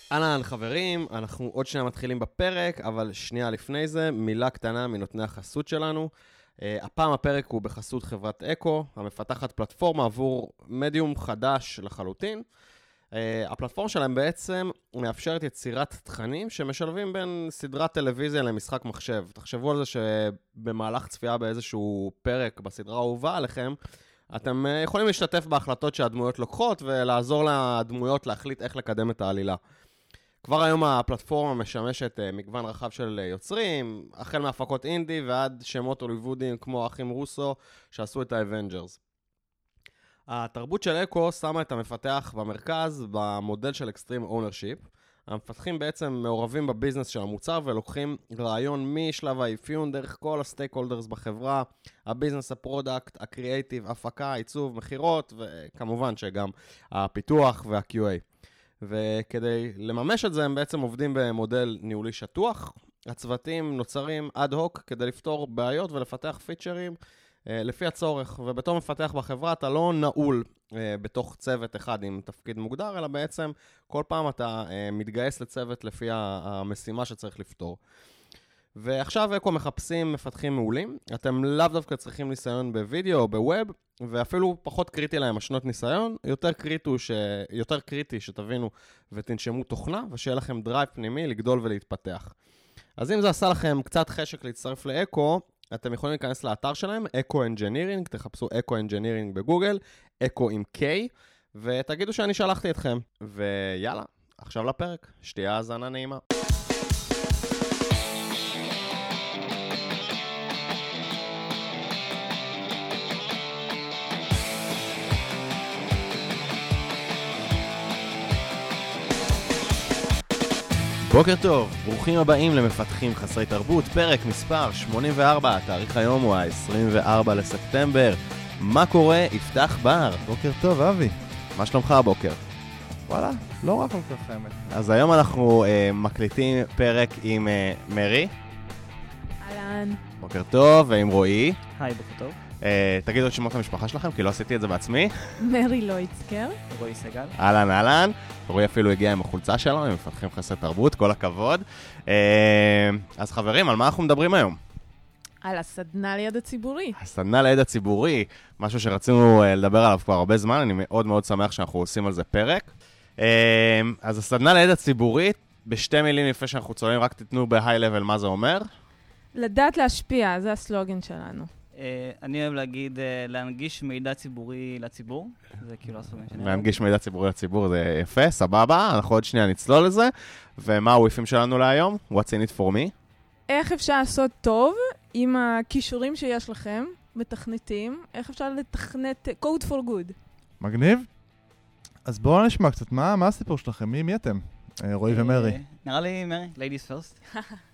אהלן חברים, אנחנו עוד שנייה מתחילים בפרק, אבל שנייה לפני זה, מילה קטנה מנותני החסות שלנו. הפעם הפרק הוא בחסות חברת אקו, המפתחת פלטפורמה עבור מדיום חדש לחלוטין. הפלטפורמה שלהם בעצם מאפשרת יצירת תכנים שמשלבים בין סדרת טלוויזיה למשחק מחשב. תחשבו על זה שבמהלך צפייה באיזשהו פרק בסדרה האהובה עליכם, אתם יכולים להשתתף בהחלטות שהדמויות לוקחות ולעזור לדמויות להחליט איך לקדם את העלילה. כבר היום הפלטפורמה משמשת מגוון רחב של יוצרים, החל מהפקות אינדי ועד שמות הוליוודיים כמו האחים רוסו שעשו את האבנג'רס. התרבות של אקו שמה את המפתח במרכז במודל של אקסטרים אונרשיפ. המפתחים בעצם מעורבים בביזנס של המוצר ולוקחים רעיון משלב האפיון דרך כל הסטייק הולדרס בחברה, הביזנס, הפרודקט, הקריאייטיב, הפקה, עיצוב, מחירות וכמובן שגם הפיתוח וה-QA. וכדי לממש את זה הם בעצם עובדים במודל ניהולי שטוח. הצוותים נוצרים אד הוק כדי לפתור בעיות ולפתח פיצ'רים לפי הצורך, ובתור מפתח בחברה אתה לא נעול בתוך צוות אחד עם תפקיד מוגדר, אלא בעצם כל פעם אתה מתגייס לצוות לפי המשימה שצריך לפתור. ועכשיו אקו מחפשים מפתחים מעולים, אתם לאו דווקא צריכים ניסיון בווידאו או בווב, ואפילו פחות קריטי להם השנות ניסיון, יותר קריטי שתבינו ותנשמו תוכנה, ושיהיה לכם דרייב פנימי לגדול ולהתפתח. אז אם זה עשה לכם קצת חשק להצטרף לאקו, אתם יכולים להיכנס לאתר שלהם, אקו אנג'ינירינג, תחפשו אקו אנג'ינירינג בגוגל, אקו עם K, ותגידו שאני שלחתי אתכם. ויאללה, עכשיו לפרק, שתהיה האזנה נעימה. בוקר טוב, ברוכים הבאים למפתחים חסרי תרבות, פרק מספר 84, התאריך היום הוא ה-24 לספטמבר. מה קורה? יפתח בר. בוקר טוב, אבי. מה שלומך הבוקר? וואלה, לא רק כל כך האמת. אז היום אנחנו מקליטים פרק עם מרי. אהלן. בוקר טוב, ועם רועי. היי, בוקר טוב. תגידו את שמות המשפחה שלכם, כי לא עשיתי את זה בעצמי. מרי לויצקר. רועי סגל. אהלן, אהלן. רועי אפילו הגיע עם החולצה שלו, הם מפתחים חסרי תרבות, כל הכבוד. אז חברים, על מה אנחנו מדברים היום? על הסדנה ליד הציבורי. הסדנה ליד הציבורי, משהו שרצינו לדבר עליו כבר הרבה זמן, אני מאוד מאוד שמח שאנחנו עושים על זה פרק. אז הסדנה ליד הציבורי, בשתי מילים לפני שאנחנו צוללים, רק תתנו בהיי לבל מה זה אומר. לדעת להשפיע, זה הסלוגן שלנו. אני אוהב להגיד להנגיש מידע ציבורי לציבור, זה כאילו הסלוגן שלי. להנגיש מידע ציבורי לציבור, זה יפה, סבבה, אנחנו עוד שנייה נצלול לזה. ומה הוויפים שלנו להיום? What's in it for me? איך אפשר לעשות טוב עם הכישורים שיש לכם, מתכנתים, איך אפשר לתכנת code for good? מגניב. אז בואו נשמע קצת, מה הסיפור שלכם? מי אתם? רועי ומרי. נראה לי מרי, ladies first.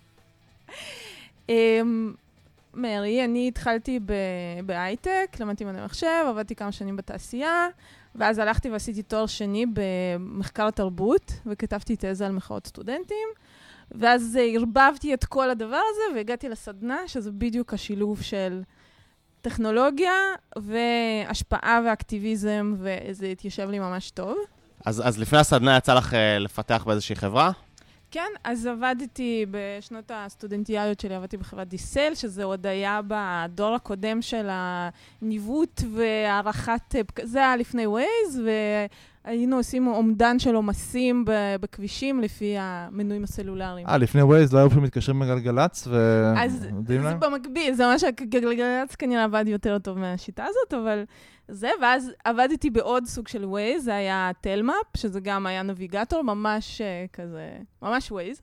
מרי, אני התחלתי בהייטק, למדתי מדעי מחשב, עבדתי כמה שנים בתעשייה, ואז הלכתי ועשיתי תואר שני במחקר תרבות, וכתבתי תזה על מחאות סטודנטים, ואז הרבבתי את כל הדבר הזה, והגעתי לסדנה, שזה בדיוק השילוב של טכנולוגיה, והשפעה ואקטיביזם, וזה התיישב לי ממש טוב. אז לפני הסדנה יצא לך לפתח באיזושהי חברה? כן, אז עבדתי בשנות הסטודנטיאליות שלי, עבדתי בחברת דיסל, שזה עוד היה בדור הקודם של הניווט והערכת, זה היה לפני ווייז, והיינו עושים אומדן של עומסים בכבישים לפי המנויים הסלולריים. לפני ווייז לא היו פשוט מתקשרים מגלגלץ אז זה במקביל, זה מה שהגלגלץ כנראה עבד יותר טוב מהשיטה הזאת, אבל זה, ואז עבדתי בעוד סוג של ווייז, זה היה טלמאפ, שזה גם היה נביגטור, ממש כזה, ממש ווייז,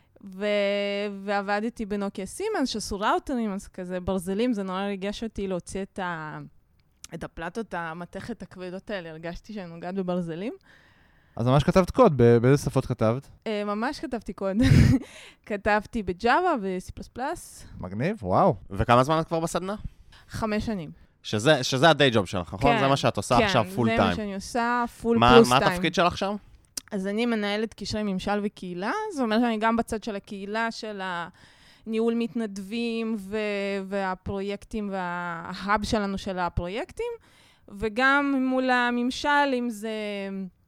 ועבדתי בנוקיה סימנס, שעשו ראוטרים, אז כזה ברזלים, זה נורא ריגש אותי להוציא את הפלטות המתכת הכבדות האלה, הרגשתי שאני נוגעת בברזלים. אז ממש כתבת קוד, באיזה שפות כתבת? ממש כתבתי קוד. כתבתי בג'אווה, ב-C++. מגניב, וואו. וכמה זמן את כבר בסדנה? 5 שנים. שזה הדיי ג'וב שלך, נכון? כן, זה מה שאת עושה עכשיו פול טיים. כן, זה מה שאני עושה, פול פלוס טיים. מה התפקיד שלך שם? אז אני מנהלת קשרי ממשל וקהילה, זאת אומרת שאני גם בצד של הקהילה, של הניהול מתנדבים והפרויקטים וההאב שלנו של הפרויקטים, וגם מול הממשל, אם זה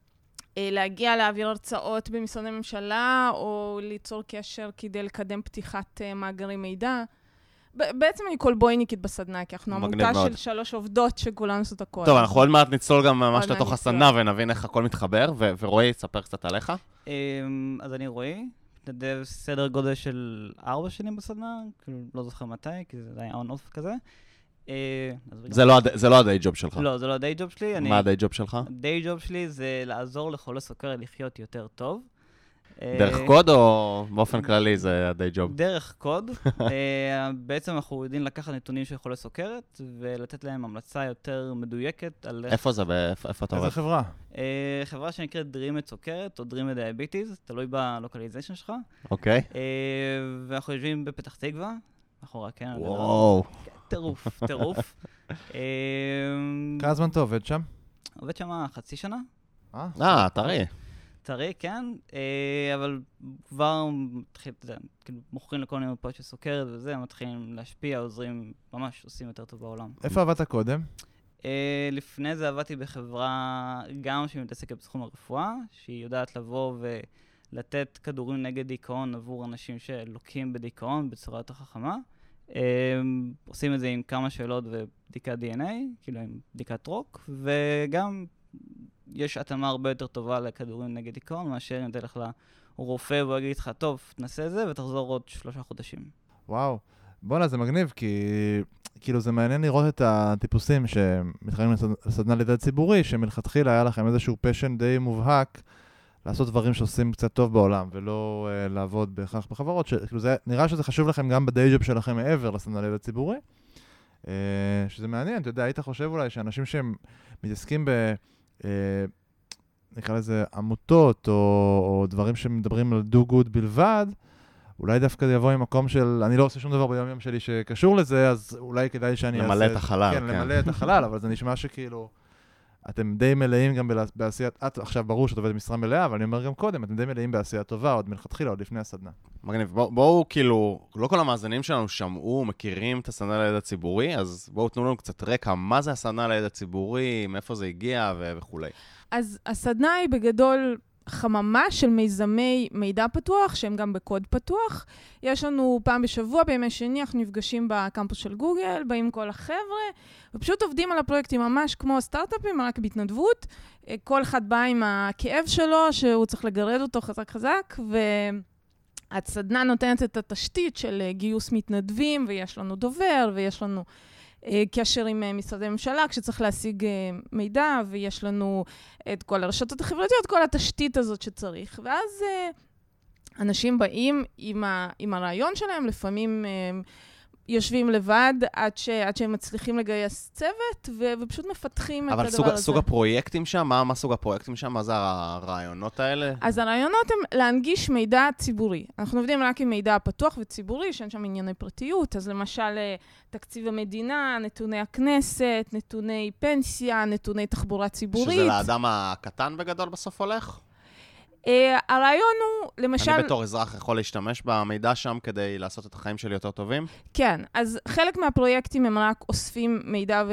להגיע להעביר הרצאות במשרדי ממשלה, או ליצור קשר כדי לקדם פתיחת מאגרי מידע. בעצם אני קולבויניקית בסדנה, כי אנחנו עמותה של 3 עובדות שכולנו עושות הכל. טוב, אנחנו עוד מעט נצלול גם ממש לתוך הסדנה ונבין איך הכל מתחבר, ורועי, תספר קצת עליך. אז אני רועי, מתנדב סדר גודל של 4 שנים בסדנה, כאילו לא זוכר מתי, כי זה היה on-off כזה. זה לא הדיי ג'וב שלך. לא, זה לא הדיי ג'וב שלי. מה הדיי ג'וב שלך? הדיי ג'וב שלי זה לעזור לחולי סוכרת לחיות יותר טוב. דרך קוד או באופן כללי זה הדיי ג'וב? דרך קוד. בעצם אנחנו יודעים לקחת נתונים של חולי סוכרת ולתת להם המלצה יותר מדויקת על... איפה זה? איפה אתה עובד? איזה חברה? חברה שנקראת Dream It סוכרת או Dream It Diabetes, תלוי בלוקליזיישן שלך. אוקיי. ואנחנו יושבים בפתח תקווה. אנחנו רק... וואו. טירוף. כמה זמן אתה עובד שם? עובד שם חצי שנה. טרי. טרי, כן, אבל כבר מוכרים לכל מיני מרפאות של סוכרת וזה, מתחילים להשפיע, עוזרים, ממש עושים יותר טוב בעולם. איפה עבדת קודם? לפני זה עבדתי בחברה גם שמתעסקת בתחום הרפואה, שהיא יודעת לבוא ולתת כדורים נגד דיכאון עבור אנשים שלוקים בדיכאון בצורה יותר חכמה. עושים את זה עם כמה שאלות ובדיקת DNA, כאילו עם בדיקת רוק, וגם יש התאמה הרבה יותר טובה לכדורים נגד דיכאון, מאשר אם תלך לרופא והוא יגיד לך, טוב, תנסה זה ותחזור עוד 3 חודשים. וואו, בוא'נה, זה מגניב, כי כאילו זה מעניין לראות את הטיפוסים שמתחילים לסדנה לידה ציבורי, שמלכתחילה היה לכם איזשהו פשן די מובהק, לעשות דברים שעושים קצת טוב בעולם, ולא לעבוד בהכרח בחברות, כאילו זה, נראה שזה חשוב לכם גם בדייג'וב שלכם מעבר לסדנה לידה ציבורי, שזה מעניין, אתה יודע, היית חושב אולי שאנשים שהם מתעסקים נקרא לזה עמותות, או דברים שמדברים על do good בלבד, אולי דווקא זה יבוא ממקום של, אני לא עושה שום דבר ביום יום שלי שקשור לזה, אז אולי כדאי שאני אעשה... למלא את החלל, כן. למלא את החלל, אבל זה נשמע שכאילו, אתם די מלאים גם בעשיית, עכשיו ברור שאת עובדת משרה מלאה, אבל אני אומר גם קודם, אתם די מלאים בעשייה טובה, עוד מלכתחילה, עוד לפני הסדנה. מגניב, בואו כאילו, לא כל המאזינים שלנו שמעו, מכירים את הסדנה לידע ציבורי, אז בואו תנו לנו קצת רקע, מה זה הסדנה לידע ציבורי, מאיפה זה הגיע וכו'. אז הסדנה היא בגדול חממה של מיזמי מידע פתוח, שהם גם בקוד פתוח. יש לנו פעם בשבוע, בימי שני, אנחנו נפגשים בקמפוס של גוגל, באים כל החבר'ה, ופשוט עובדים על הפרויקטים ממש כמו סטארט-אפים, רק בהתנדבות. כל אחד בא עם הכאב שלו, שהוא צריך לגרד אותו חזק חזק, והסדנה נותנת את התשתית של גיוס מתנדבים, ויש לנו דובר, ויש לנו קשר עם משרדי ממשלה, כשצריך להשיג מידע, ויש לנו את כל הרשתות החברתיות, כל התשתית הזאת שצריך. ואז אנשים באים עם הרעיון שלהם, לפעמים יושבים לבד עד שהם מצליחים לגייס צוות, ופשוט מפתחים את הדבר הזה. אבל סוג הפרויקטים שם, מה סוג הפרויקטים שם? מה זה הרעיונות האלה? אז הרעיונות הם להנגיש מידע ציבורי. אנחנו עובדים רק עם מידע פתוח וציבורי, שאין שם ענייני פרטיות. אז למשל, תקציב המדינה, נתוני הכנסת, נתוני פנסיה, נתוני תחבורה ציבורית. שזה לאדם הקטן וגדול בסוף הולך? הרעיון הוא, למשל... אני בתור אזרח יכול להשתמש במידע שם כדי לעשות את החיים שלי יותר טובים? כן, אז חלק מהפרויקטים הם רק אוספים מידע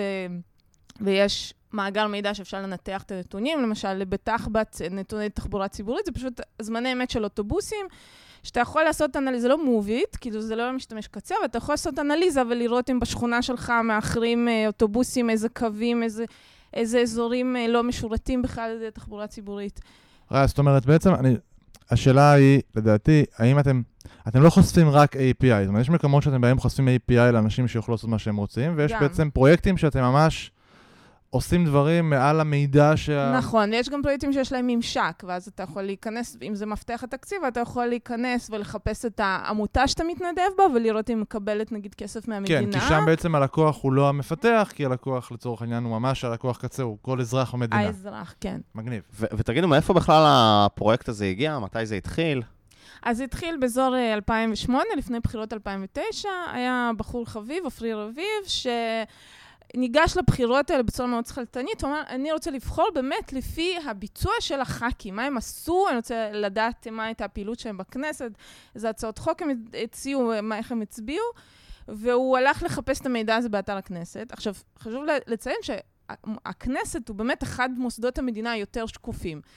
ויש מאגר מידע שאפשר לנתח את הנתונים, למשל בתחב"צ, נתוני תחבורה ציבורית, זה פשוט זמני אמת של אוטובוסים, שאתה יכול לעשות אנליזה, זה לא מובית, כאילו זה לא משתמש קצה, אבל אתה יכול לעשות אנליזה ולראות אם בשכונה שלך מאחרים אוטובוסים, איזה קווים, איזה אזורים לא משורתים בכלל לתחבורה ציבורית. זאת אומרת, בעצם, השאלה היא, לדעתי, האם אתם לא חושפים רק API, זאת אומרת, יש מקומות שאתם בהם חושפים API לאנשים שיוכלו לעשות מה שהם רוצים, ויש בעצם פרויקטים שאתם ממש עושים דברים מעל המידע נכון, ויש גם פרויקטים שיש להם ממשק, ואז אתה יכול להיכנס, אם זה מפתח התקציב, אתה יכול להיכנס ולחפש את העמותה שאתה מתנדב בה, ולראות אם מקבלת, נגיד, כסף מהמדינה. כן, כי שם בעצם הלקוח הוא לא המפתח, כי הלקוח, לצורך העניין, הוא ממש הלקוח קצה, הוא כל אזרח במדינה. האזרח, כן. מגניב. ותגידו, מאיפה בכלל הפרויקט הזה הגיע? מתי זה התחיל? אז זה התחיל באזור 2008, לפני בחירות 2009, היה בחור חביב, עפרי רביב, ניגש לבחירות האלה בצורה מאוד שכלתנית, הוא אמר, אני רוצה לבחור באמת לפי הביצוע של הח"כים, מה הם עשו, אני רוצה לדעת מה הייתה הפעילות שלהם בכנסת, איזה הצעות חוק הם הציעו, איך הם הצביעו, והוא הלך לחפש את המידע הזה באתר הכנסת. עכשיו, חשוב לציין שהכנסת הוא באמת אחד מוסדות המדינה היותר שקופים.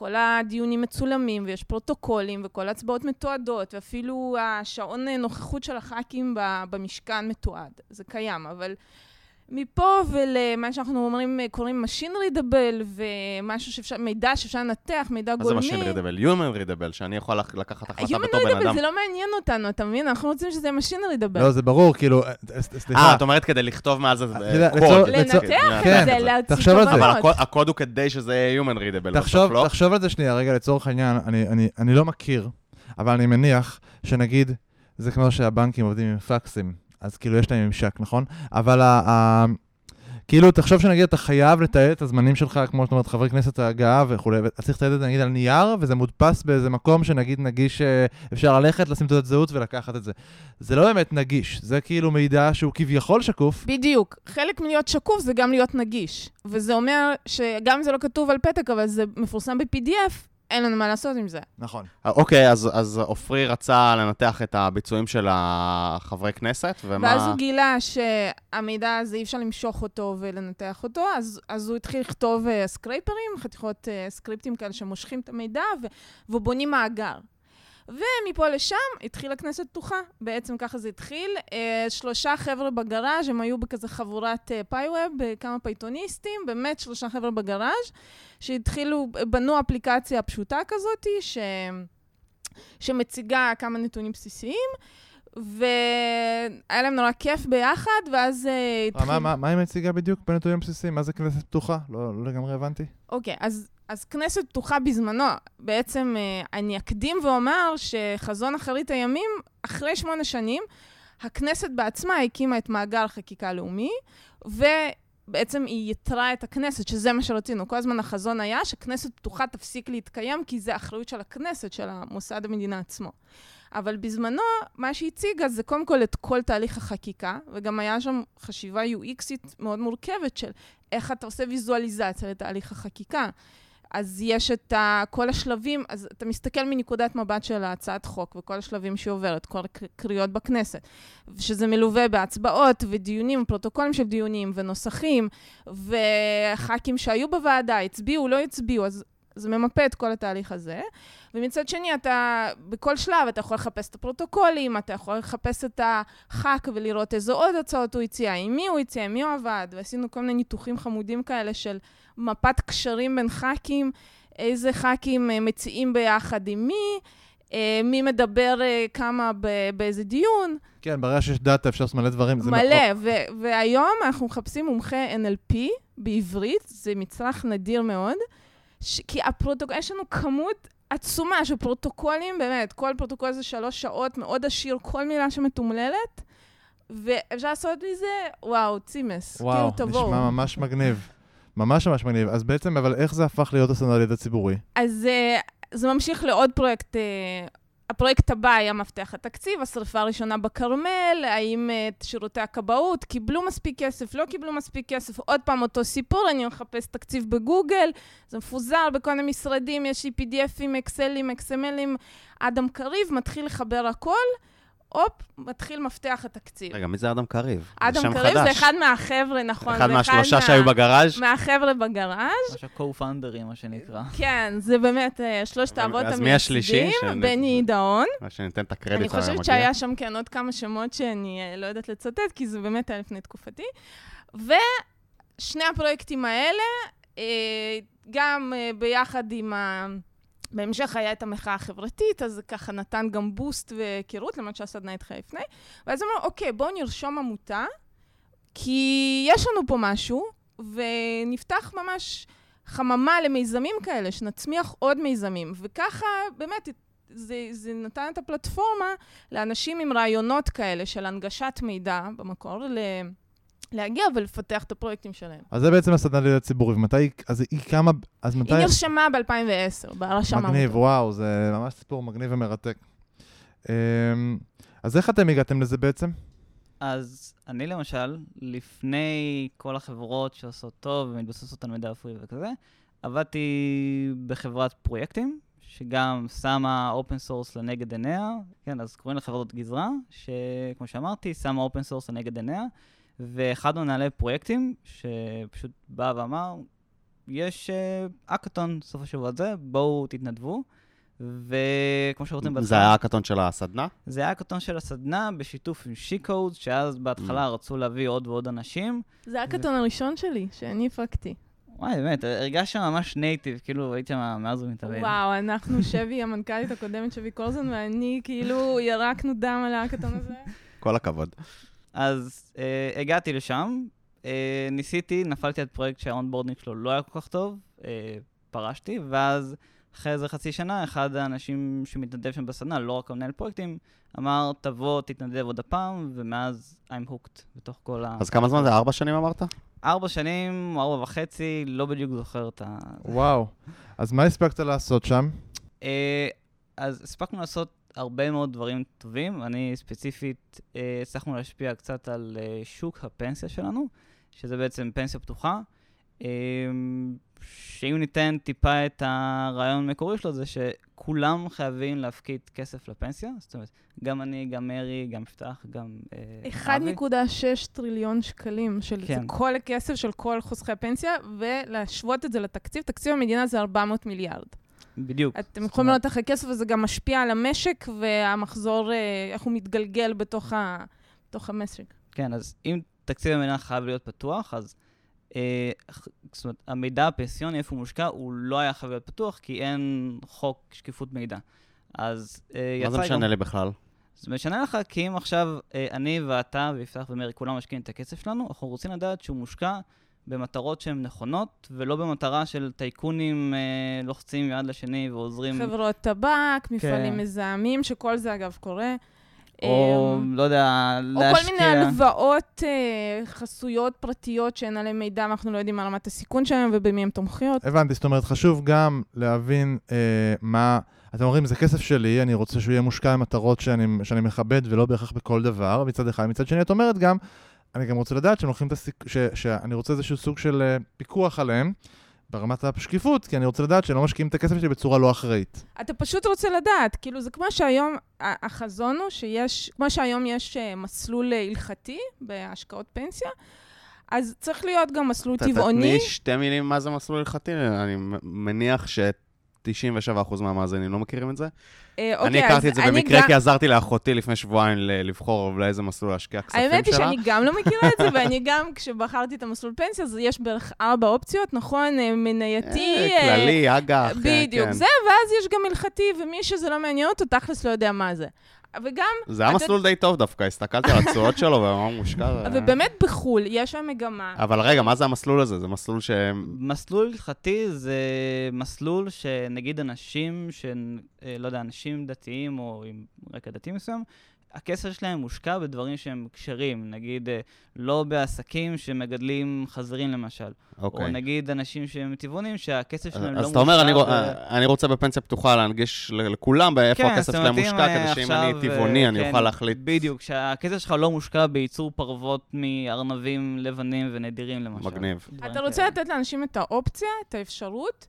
כל הדיונים מצולמים, ויש פרוטוקולים, וכל הצבעות מתועדות, ואפילו השעון נוכחות של הח"כים במשכן מתועד. זה קיים, אבל מפה ולמה שאנחנו אומרים, קוראים machine readable, ומשהו שאפשר, מידע שאפשר לנתח, מידע גולמי. מה זה machine readable? human readable, שאני יכול לקחת החלטה בתור בן human readable אדם. זה לא מעניין אותנו, אתה מבין? אנחנו רוצים שזה machine readable. לא, זה ברור, כאילו, סליחה. את אומרת כדי לכתוב מעל זה קוד. לנתח את זה, להציג תחשוב על זה. אבל הקוד הוא כדי שזה יהיה human readable. תחשוב על זה שנייה, רגע, לצורך העניין, אני לא מכיר, אבל אני מניח שנגיד, זה כמו שהבנקים עובדים עם פקסים. אז כאילו יש להם ממשק, נכון? אבל כאילו תחשוב שנגיד אתה חייב לתעד את הזמנים שלך, כמו שאת אומרת, חברי כנסת ההגעה וכו', אתה צריך לתעד את זה נגיד על נייר, וזה מודפס באיזה מקום שנגיד נגיש, אפשר ללכת, לשים תעודת זהות ולקחת את זה. זה לא באמת נגיש, זה כאילו מידע שהוא כביכול שקוף. בדיוק. חלק מלהיות שקוף זה גם להיות נגיש. וזה אומר שגם אם זה לא כתוב על פתק, אבל זה מפורסם ב-PDF, אין לנו מה לעשות עם זה. נכון. אוקיי, אז אופרי רצה לנתח את הביצועים של החברי כנסת, ומה... ואז הוא גילה שהמידע הזה אי אפשר למשוך אותו ולנתח אותו, אז הוא התחיל לכתוב סקרייפרים, חתיכות סקריפטים כאלה שמושכים את המידע, ובונים מאגר. ומפה לשם התחילה כנסת פתוחה. בעצם ככה זה התחיל. 3 חבר'ה בגראז', הם היו בכזה חבורת פייווב, כמה פייתוניסטים, באמת 3 חבר'ה בגראז', שהתחילו, בנו אפליקציה פשוטה כזאת, שמציגה כמה נתונים בסיסיים, והיה להם נורא כיף ביחד, ואז התחיל... מה היא מציגה בדיוק בנתונים בסיסיים? מה זה כנסת פתוחה? לא לגמרי הבנתי. אוקיי, אז כנסת פתוחה בזמנו, בעצם אני אקדים ואומר שחזון אחרית הימים, אחרי 8 שנים, הכנסת בעצמה הקימה את מאגר חקיקה לאומי, ובעצם היא יתרה את הכנסת, שזה מה שרצינו. כל הזמן החזון היה שכנסת פתוחה תפסיק להתקיים, כי זה האחריות של הכנסת, של המוסד המדינה עצמו. אבל בזמנו, מה שהציגה זה קודם כל את כל תהליך החקיקה, וגם היה שם חשיבה UXית מאוד מורכבת של איך אתה עושה ויזואליזציה לתהליך החקיקה. אז יש את כל השלבים, אז אתה מסתכל מנקודת מבט של הצעת חוק, וכל השלבים שהיא עוברת, כל הקריאות בכנסת, שזה מלווה בהצבעות ודיונים, פרוטוקולים של דיונים ונוסחים, וח"כים שהיו בוועדה, הצביעו, לא הצביעו, אז זה ממפה את כל התהליך הזה. ומצד שני, אתה, בכל שלב, אתה יכול לחפש את הפרוטוקולים, אתה יכול לחפש את הח"כ ולראות איזו עוד הצעות הוא הציע, עם מי הוא הציע, עם מי הוא עבד, ועשינו כל מיני ניתוחים חמודים כאלה של מפת קשרים בין ח"כים, איזה ח"כים מציעים ביחד עם מי מדבר כמה באיזה דיון. כן, ברגע שיש דאטה אפשר לעשות מלא דברים. מלא, והיום אנחנו מחפשים מומחה NLP בעברית, זה מצרך נדיר מאוד, כי יש לנו כמות עצומה של פרוטוקולים, באמת, כל פרוטוקול זה 3 שעות, מאוד עשיר, כל מילה שמתומללת, ואפשר לעשות מזה, וואו, צימס. וואו, נשמע ממש מגניב. ממש מגניב. אז בעצם, אבל איך זה הפך להיות הסטנדרט הציבורי? אז זה ממשיך לעוד פרויקט. הפרויקט הבא היה מפתח התקציב, השרפה הראשונה בכרמל, האם שירותי הכבאות קיבלו מספיק כסף, לא קיבלו מספיק כסף, עוד פעם אותו סיפור, אני מחפש תקציב בגוגל, זה מפוזר בכל מיני משרדים, יש לי PDFים, אקסלים, XMLים, אדם קריב מתחיל לחבר הכל, הופ, מתחיל מפתח התקציב. רגע, מי זה אדם קריב? אדם קריב זה אחד מהחבר'ה, נכון. אחד מהשלושה שהיו בגראז'? מהחבר'ה בגראז'. ממש ה-co-founders, מה שנקרא. כן, זה באמת 3 האבות אז מי השלישי? המייסדים, בני דאון. שניתן את הקרדיט. אני חושבת שהיה שם כן עוד כמה שמות שאני לא יודעת לצטט, כי זה באמת היה לפני תקופתי. ושני הפרויקטים האלה, גם ביחד עם בהמשך היה את המחאה החברתית, אז זה ככה נתן גם בוסט והיכרות, למרות שהסדנה התחילה לפני. ואז אמרנו, אוקיי, בואו נרשום עמותה, כי יש לנו פה משהו, ונפתח ממש חממה למיזמים כאלה, שנצמיח עוד מיזמים. וככה, באמת, זה נתן את הפלטפורמה לאנשים עם רעיונות כאלה של הנגשת מידע במקור, להגיע ולפתח את הפרויקטים שלהם. אז זה בעצם הסדנה לידע ציבורי, ומתי, אז היא קמה, אז מתי... היא נרשמה ב-2010, ברשם העמותות. מגניב, וואו, זה ממש סיפור מגניב ומרתק. אז איך אתם הגעתם לזה בעצם? אז אני למשל, לפני כל החברות שעושות טוב ומתבססות על מידע רפואי וכזה, עבדתי בחברת פרויקטים, שגם שמה אופן סורס לנגד עיניה, כן, אז קוראים לחברות גזרה, שכמו שאמרתי, שמה אופן סורס לנגד עיניה, ואחד מנהלי פרויקטים, שפשוט בא ואמר, יש אקאטון סוף השבוע הזה, בואו תתנדבו. וכמו שרואים בהתחלה... זה היה הקטון של הסדנה? זה היה הקטון של הסדנה בשיתוף עם שיקוד, שאז בהתחלה רצו להביא עוד ועוד אנשים. זה הקטון הראשון שלי, שאני הפקתי. וואי, באמת, הרגש שם ממש נייטיב, כאילו הייתי שם מאז ומתאבד. וואו, אנחנו שבי, המנכ"לית הקודמת, שבי קורזון, ואני כאילו ירקנו דם על הקטון הזה. כל הכבוד. אז הגעתי לשם, ניסיתי, נפלתי על פרויקט שהאונבורדינג שלו לא היה כל כך טוב, פרשתי, ואז אחרי איזה חצי שנה, אחד האנשים שמתנדב שם בסדנה, לא רק המנהל פרויקטים, אמר, תבוא, תתנדב עוד הפעם, ומאז I'm hooked בתוך כל אז כמה זמן זה? 4 שנים אמרת? 4 שנים, 4.5, לא בדיוק זוכר את ה... וואו. אז מה הספקת לעשות שם? אז הספקנו לעשות הרבה מאוד דברים טובים. אני ספציפית, הצלחנו להשפיע קצת על שוק הפנסיה שלנו, שזה בעצם פנסיה פתוחה. שאם ניתן טיפה את הרעיון המקורי שלו, זה שכולם חייבים להפקיד כסף לפנסיה. זאת אומרת, גם אני, גם מרי, גם פתח, גם אבי. 1.6 טריליון שקלים של כן. כל הכסף של כל חוסכי הפנסיה, ולהשוות את זה לתקציב. תקציב המדינה זה 400 מיליארד. בדיוק. אתם יכולים לראות איך הכסף הזה גם משפיע על המשק, והמחזור, איך הוא מתגלגל בתוך המשק. כן, אז אם תקציב המדינה חייב להיות פתוח, אז זאת אומרת, המידע הפנסיוני, איפה הוא מושקע, הוא לא היה חייב להיות פתוח, כי אין חוק שקיפות מידע. אז מה זה משנה לי בכלל? זה משנה לך, כי אם עכשיו אני ואתה ויפתח ומרי, כולם משקיעים את הכסף שלנו, אנחנו רוצים לדעת שהוא מושקע במטרות שהן נכונות, ולא במטרה של טייקונים לוחצים יד לשני ועוזרים... חברות טבק, מפעלים מזהמים, שכל זה אגב קורה. או, לא יודע, להשקיע... או כל מיני הלוואות חסויות פרטיות שאין עליהן מידע, ואנחנו לא יודעים מה רמת הסיכון שלהם ובמי הם תומכיות. הבנתי, זאת אומרת, חשוב גם להבין מה... אתם אומרים, זה כסף שלי, אני רוצה שהוא יהיה מושקע במטרות שאני מכבד ולא בהכרח בכל דבר, מצד אחד. מצד שני, את אומרת גם, אני גם רוצה לדעת שהם לוקחים שאני רוצה איזשהו סוג של פיקוח עליהם, ברמת השקיפות, כי אני רוצה לדעת שלא משקיעים את הכסף שלי בצורה לא אחראית. אתה פשוט רוצה לדעת, כאילו זה כמו שהיום, החזון הוא שיש, כמו שהיום יש מסלול הלכתי בהשקעות פנסיה, אז צריך להיות גם מסלול טבעוני. תתני 2 מילים מה זה מסלול הלכתי, אני מניח ש97% מהמאזינים לא מכירים את זה. אני הכרתי את זה במקרה, כי עזרתי לאחותי לפני שבועיים לבחור לאיזה מסלול להשקיע הכספים שלה. האמת היא שאני גם לא מכירה את זה, ואני גם, כשבחרתי את המסלול פנסיה, אז יש בערך 4 אופציות, נכון? מנייתי. כללי, אג"ח. בדיוק, זה, ואז יש גם הלכתי, ומי שזה לא מעניין אותו, תכלס לא יודע מה זה. וגם... זה היה מסלול די טוב דווקא, הסתכלתי על הצועות שלו, ומה מושקע. ובאמת בחול, יש שם מגמה. אבל רגע, מה זה המסלול הזה? זה מסלול ש... מסלול הלכתי זה מסלול שנגיד אנשים, לא יודע, אנשים דתיים או עם רקע דתי מסוים, הכסף שלהם מושקע בדברים שהם קשרים, נגיד לא בעסקים שמגדלים חזירים למשל, או נגיד אנשים שהם טבעונים שהכסף שלהם לא מושקע. אז אתה אומר, אני רוצה בפנסיה פתוחה להנגיש לכולם באיפה הכסף שלהם מושקע, כדי שאם אני טבעוני אני אוכל להחליט. בדיוק, שהכסף שלך לא מושקע בייצור פרוות מארנבים לבנים ונדירים למשל. מגניב. אתה רוצה לתת לאנשים את האופציה, את האפשרות,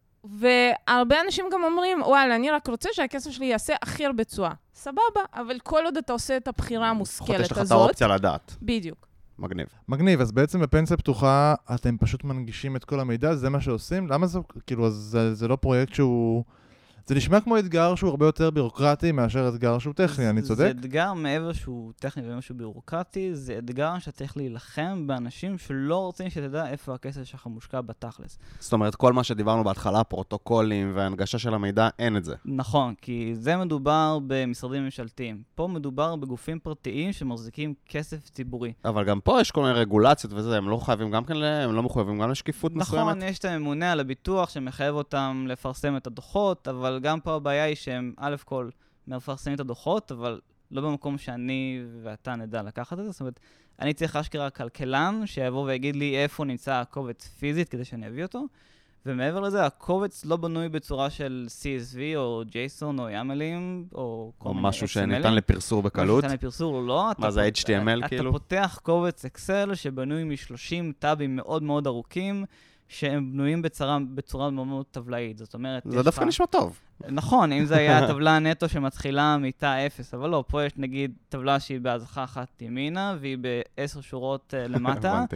והרבה אנשים גם אומרים, וואלה, אני רק רוצה שהכסף שלי יעשה הכי הרבה תשואה. סבבה, אבל כל עוד אתה עושה את הבחירה המושכלת הזאת... יש לך את האופציה לדעת. בדיוק. מגניב. מגניב, אז בעצם בפנסיה פתוחה אתם פשוט מנגישים את כל המידע, זה מה שעושים? למה זה, כאילו, זה לא פרויקט שהוא... זה נשמע כמו אתגר שהוא הרבה יותר בירוקרטי מאשר אתגר שהוא טכני, אני צודק? זה אתגר מעבר שהוא טכני ומעבר שהוא בירוקרטי, זה אתגר שאתה צריך להילחם באנשים שלא רוצים שתדע איפה הכסף שלך מושקע בתכלס. זאת אומרת, כל מה שדיברנו בהתחלה, פרוטוקולים והנגשה של המידע, אין את זה. נכון, כי זה מדובר במשרדים ממשלתיים. פה מדובר בגופים פרטיים שמחזיקים כסף ציבורי. אבל גם פה יש כל מיני רגולציות וזה, הם לא חייבים גם כן, הם לא מחויבים גם לשקיפות מסוימת. נכון, יש את הממונה על הביטוח שמחייב אותם לפרסם את הדוחות, אבל גם פה הבעיה היא שהם א' כל מפרסמים את הדוחות, אבל לא במקום שאני ואתה נדע לקחת את זה. זאת אומרת, אני צריך אשכרה כלכלן שיבוא ויגיד לי איפה נמצא הקובץ פיזית כדי שאני אביא אותו, ומעבר לזה, הקובץ לא בנוי בצורה של CSV או JSON או יאמלים או כל מיני XML. או משהו שניתן לפרסור בקלות. ניתן לפרסור או לא. מה זה HTML כאילו? אתה פותח קובץ אקסל שבנוי מ-30 טאבים מאוד מאוד ארוכים, שהם בנויים בצורה מאוד טבלאית. זאת אומרת, זה דווקא נשמע טוב. נכון, אם זה היה טבלה נטו שמתחילה מתא 0, אבל לא, פה יש נגיד טבלה שהיא בהזחה אחת ימינה, והיא ב10 שורות למטה,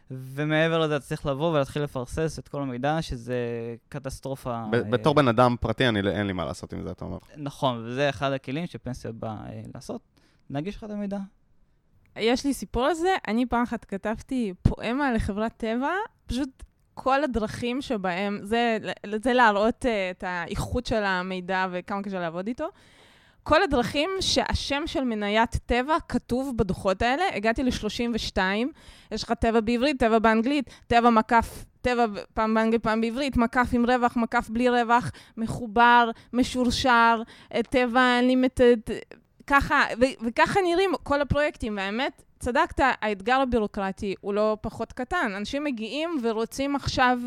ומעבר לזה, צריך לבוא ולהתחיל לפרסס את כל המידע, שזה קטסטרופה. בתור בן אדם פרטי, אין לי מה לעשות עם זה, אתה אומר. נכון, וזה אחד הכלים שפנסיה בא לעשות, להגיש לך את המידע. יש לי סיפור על זה, אני פעם אחת כתבתי פואמה לחברת טבע, פשוט כל הדרכים שבהם, זה להראות את האיכות של המידע וכמה קשה לעבוד איתו, כל הדרכים שהשם של מניית טבע כתוב בדוחות האלה, הגעתי ל-32, יש לך טבע בעברית, טבע באנגלית, טבע מקף, טבע פעם באנגלית, פעם בעברית, מקף עם רווח, מקף בלי רווח, מחובר, משורשר, טבע limited, ככה, וככה נראים כל הפרויקטים, והאמת, צדקת, האתגר הבירוקרטי הוא לא פחות קטן. אנשים מגיעים ורוצים עכשיו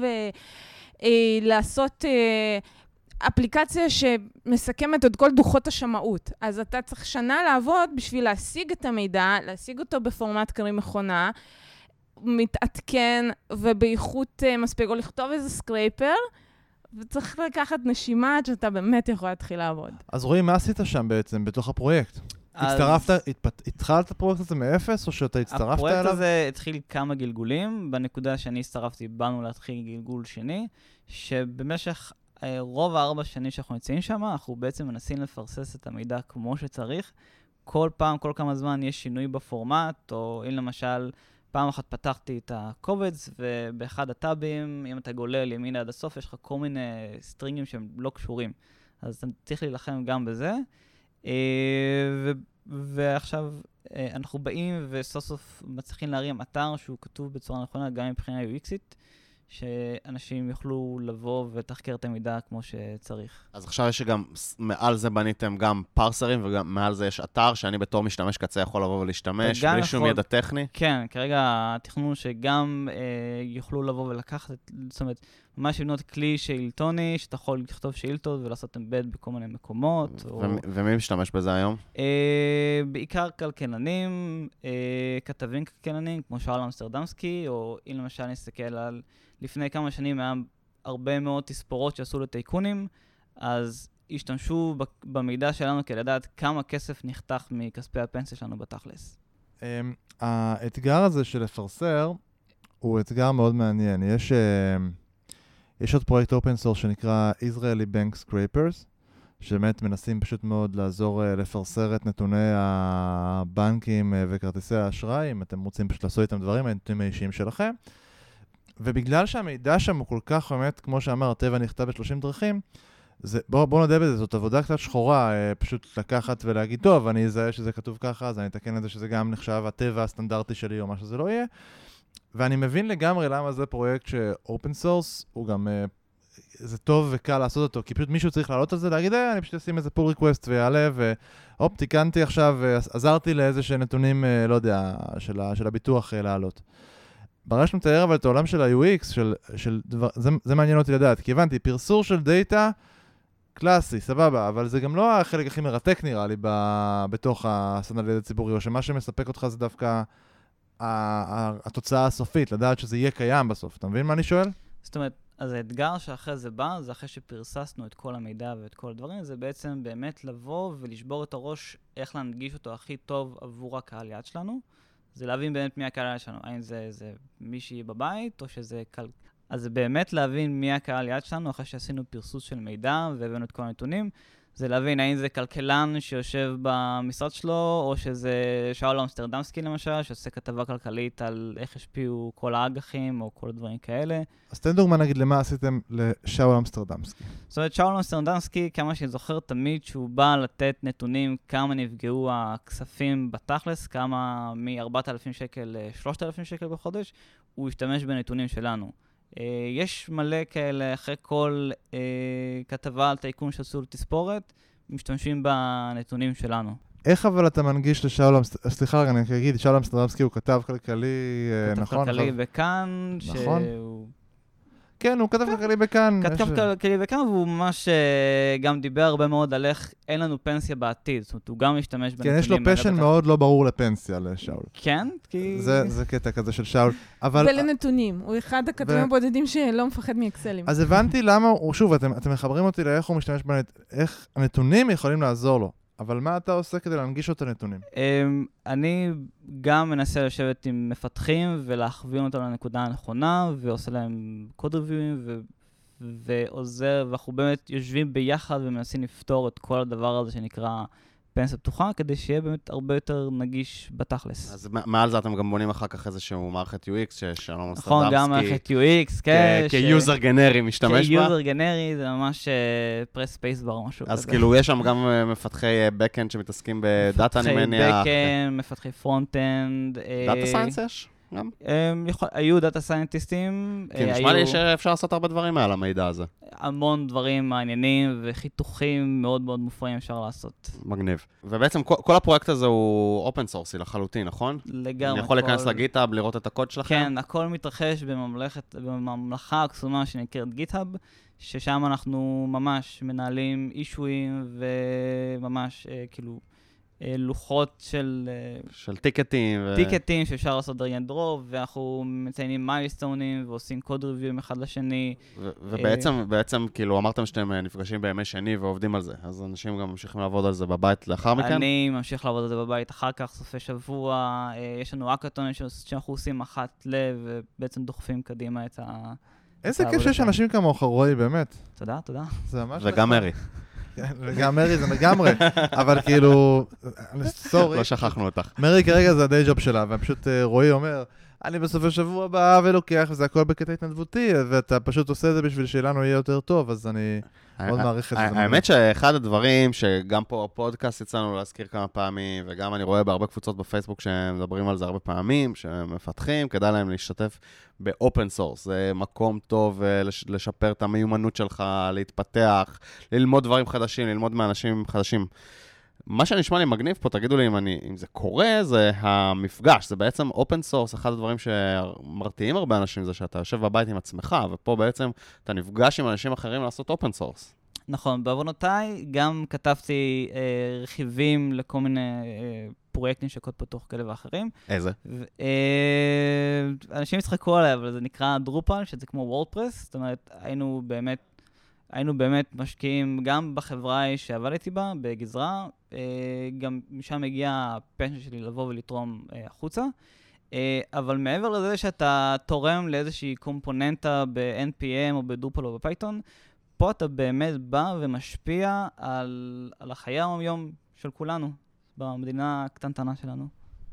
לעשות אפליקציה שמסכמת את כל דוחות השמאות. אז אתה צריך שנה לעבוד בשביל להשיג את המידע, להשיג אותו בפורמט קרי מכונה, מתעדכן ובאיכות מספיק, או לכתוב איזה סקרייפר, וצריך לקחת נשימה עד שאתה באמת יכול להתחיל לעבוד. אז רואי, מה עשית שם בעצם, בתוך הפרויקט? התחלת את הפרויקט הזה מאפס, או שאתה הצטרפת אליו? הפרויקט הזה התחיל כמה גלגולים. בנקודה שאני הצטרפתי, באנו להתחיל גלגול שני, שבמשך רוב 4 שנים שאנחנו נמצאים שם, אנחנו בעצם מנסים לפרסס את המידע כמו שצריך. כל פעם, כל כמה זמן יש שינוי בפורמט, או אם למשל, פעם אחת פתחתי את הקובץ, ובאחד הטאבים, אם אתה גולל ימינה עד הסוף, יש לך כל מיני סטרינגים שהם לא קשורים. אז אתה צריך להילחם גם בזה. ועכשיו אנחנו באים וסוף סוף מצליחים להרים אתר שהוא כתוב בצורה נכונה, גם מבחינה UXית, שאנשים יוכלו לבוא ותחקר את המידע כמו שצריך. אז עכשיו יש שגם מעל זה בניתם גם פרסרים, וגם מעל זה יש אתר שאני בתור משתמש קצה יכול לבוא ולהשתמש, בלי שום ידע טכני. כן, כרגע התכנון שגם יוכלו לבוא ולקחת, זאת אומרת, ממש לבנות כלי שאילתוני, שאתה יכול לכתוב שאילתות ולעשות אמבד בכל מיני מקומות. ומי משתמש בזה היום? בעיקר כלכלנים, כתבים כלכלנים, כמו שאול אמסטרדמסקי, או אם למשל נסתכל על לפני כמה שנים היה הרבה מאוד תספורות שעשו לטייקונים, אז השתמשו במידע שלנו כדי לדעת כמה כסף נחתך מכספי הפנסיה שלנו בתכלס. האתגר הזה של לפרסר הוא אתגר מאוד מעניין. יש עוד פרויקט אופן סורס שנקרא Israeli Bank Scrapers, שבאמת מנסים פשוט מאוד לעזור לפרסר את נתוני הבנקים וכרטיסי האשראי, אם אתם רוצים פשוט לעשות איתם דברים, הנתונים האישיים שלכם. ובגלל שהמידע שם הוא כל כך באמת, כמו שאמר, טבע נכתב ב-30 דרכים, בואו נדע בזה, זאת עבודה קצת שחורה, פשוט לקחת ולהגיד, טוב, אני אזהה שזה כתוב ככה, אז אני אתקן את זה שזה גם נחשב הטבע הסטנדרטי שלי או מה שזה לא יהיה. ואני מבין לגמרי למה זה פרויקט שאופן סורס הוא גם, זה טוב וקל לעשות אותו, כי פשוט מישהו צריך לעלות על זה, להגיד, אני פשוט אשים איזה pull request ויעלה, והופ, תיקנתי עכשיו, עזרתי לאיזה שנתונים, לא יודע, של הביטוח לעלות. ברגע שמתאר אבל את העולם של ה-UX, זה מעניין אותי לדעת, כי הבנתי, פרסור של דאטה, קלאסי, סבבה, אבל זה גם לא החלק הכי מרתק נראה לי, בתוך הסטנדרט הציבורי, או שמה שמספק אותך זה דווקא התוצאה הסופית, לדעת שזה יהיה קיים בסוף. אתה מבין מה אני שואל? זאת אומרת, אז האתגר שאחרי זה בא, זה אחרי שפרססנו את כל המידע ואת כל הדברים, זה בעצם באמת לבוא ולשבור את הראש איך להנגיש אותו הכי טוב עבור הקהל יד שלנו. זה להבין באמת מי הקהל יד שלנו. האם זה מישהי בבית או שזה קל... אז זה באמת להבין מי הקהל יד שלנו אחרי שעשינו פרסוס של מידע והבאנו את כל הנתונים. זה להבין האם זה כלכלן שיושב במשרד שלו, או שזה שאול אמסטרדמסקי למשל, שעושה כתבה כלכלית על איך השפיעו כל האג"חים, או כל הדברים כאלה. אז תן דוגמה נגיד למה עשיתם לשאול אמסטרדמסקי. זאת אומרת, שאול אמסטרדמסקי, כמה שאני זוכר תמיד שהוא בא לתת נתונים כמה נפגעו הכספים בתכלס, כמה מ-4,000 שקל ל-3,000 שקל בחודש, הוא השתמש בנתונים שלנו. יש מלא כאלה, אחרי כל כתבה על טייקון שעשו לתספורת, משתמשים בנתונים שלנו. איך אבל אתה מנגיש לשאול אמסטרדמסקי, סליחה, אני אגיד, שאול אמסטרדמסקי הוא כתב כלכלי, נכון? כתב כלכלי בכאן, נכון. כן, הוא כתב כלכלי בכאן. כתב כלכלי בכאן, והוא ממש גם דיבר הרבה מאוד על איך אין לנו פנסיה בעתיד. זאת אומרת, הוא גם משתמש בנתונים. כן, יש לו פשן מאוד לא ברור לפנסיה לשאול. כן, כי... זה קטע כזה של שאול. ולנתונים. הוא אחד הכתבים הבודדים שלא מפחד מאקסלים. אז הבנתי למה, שוב, אתם מחברים אותי לאיך הוא משתמש איך הנתונים יכולים לעזור לו. אבל מה אתה עושה כדי להנגיש את הנתונים? אני גם מנסה לשבת עם מפתחים ולהכווין אותם לנקודה הנכונה, ועושה להם קוד ריוויואים ועוזר, ואנחנו באמת יושבים ביחד ומנסים לפתור את כל הדבר הזה שנקרא פנסיה פתוחה, כדי שיהיה באמת הרבה יותר נגיש בתכלס. אז מעל זה אתם גם בונים אחר כך איזשהו מערכת UX, ששלום סטרדמסקי... נכון, גם מערכת UX, כן. כיוזר גנרי משתמש בה? כיוזר גנרי, זה ממש פרס ספייסבר או משהו כזה. אז כאילו יש שם גם מפתחי backend שמתעסקים בדאטה, אני מניח. מפתחי backend, מפתחי פרונט-אנד. דאטה סיינס יש? גם? היו דאטה סיינטיסטים. כן, נשמע לי שאפשר לעשות הרבה דברים על המידע הזה. המון דברים מעניינים וחיתוכים מאוד מאוד מופרעים אפשר לעשות. מגניב. ובעצם כל הפרויקט הזה הוא אופן סורסי לחלוטין, נכון? לגמרי. אני יכול להיכנס לגיטהאב, לראות את הקוד שלכם? כן, הכל מתרחש בממלכה הקסומה שנקראת גיטהאב, ששם אנחנו ממש מנהלים אישויים וממש כאילו לוחות של טיקטים שאפשר לעשות דרג אנד דרופ, ואנחנו מציינים מיילסטונים ועושים קוד ריוויום אחד לשני. ובעצם כאילו אמרתם שאתם נפגשים בימי שני ועובדים על זה, אז אנשים גם ממשיכים לעבוד על זה בבית לאחר מכן? אני ממשיך לעבוד על זה בבית אחר כך, סופי שבוע, יש לנו אקאטונים שאנחנו עושים אחת לב, ובעצם דוחפים קדימה את ה... איזה כיף שיש אנשים כמוך, רועי, באמת. תודה. וגם מרי. וגם מרי זה לגמרי, אבל כאילו, סורי. לא שכחנו אותך. מרי כרגע זה הדי ג'וב שלה, ופשוט רועי אומר, אני בסופי שבוע בא ולוקח, וזה הכל בקטע התנדבותי, ואתה פשוט עושה את זה בשביל שלנו יהיה יותר טוב, אז אני מאוד מעריך את זה. האמת שאחד הדברים שגם פה בפודקאסט יצאנו להזכיר כמה פעמים, וגם אני רואה בהרבה קבוצות בפייסבוק שמדברים על זה הרבה פעמים, שמפתחים, כדאי להם להשתתף באופן סורס. זה מקום טוב לשפר את המיומנות שלך, להתפתח, ללמוד דברים חדשים, ללמוד מאנשים חדשים. מה שנשמע לי מגניב פה, תגידו לי אם זה קורה, זה המפגש, זה בעצם אופן סורס, אחד הדברים שמרתיעים הרבה אנשים זה שאתה יושב בבית עם עצמך, ופה בעצם אתה נפגש עם אנשים אחרים לעשות אופן סורס. נכון, בעוונותיי גם כתבתי רכיבים לכל מיני פרויקטים של קוד פתוח כאלה ואחרים. איזה? אנשים יצחקו עליי, אבל זה נקרא דרופל, שזה כמו וורדפרס, זאת אומרת, היינו באמת משקיעים גם בחברה שעבדתי בה, בגזרה, גם משם הגיע הפשן שלי לבוא ולתרום החוצה, אבל מעבר לזה שאתה תורם לאיזושהי קומפוננטה ב-NPM או בדרופל או בפייתון, פה אתה באמת בא ומשפיע על החיי היום של כולנו, במדינה הקטנטנה שלנו.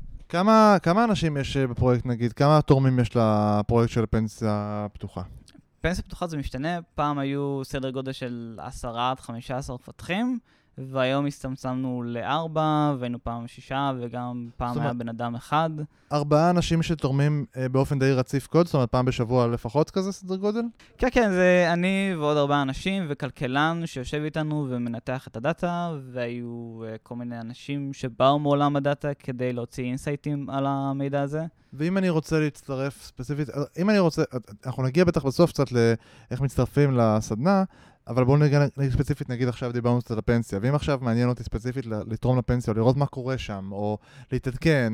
כמה אנשים יש בפרויקט נגיד? כמה תורמים יש לפרויקט של פנסיה פתוחה? פנסיה פתוחה זה משתנה, פעם היו סדר גודל של 10-15 מפתחים, והיום הסתמצמנו ל4, והיינו פעם 6, וגם פעם היה בן אדם אחד. 4 אנשים שתורמים באופן די רציף קוד, זאת אומרת פעם בשבוע לפחות כזה סדר גודל? כן, זה אני ועוד 4 אנשים, וכלכלן שיושב איתנו ומנתח את הדאטה, והיו כל מיני אנשים שבאו מעולם הדאטה כדי להוציא אינסייטים על המידע הזה. ואם אני רוצה להצטרף ספציפית, אנחנו נגיע בטח בסוף קצת לאיך מצטרפים לסדנה, אבל בואו נגיד ספציפית, נגיד עכשיו דיברנו קצת על הפנסיה, ואם עכשיו מעניין אותי ספציפית לתרום לפנסיה, או לראות מה קורה שם, או להתעדכן,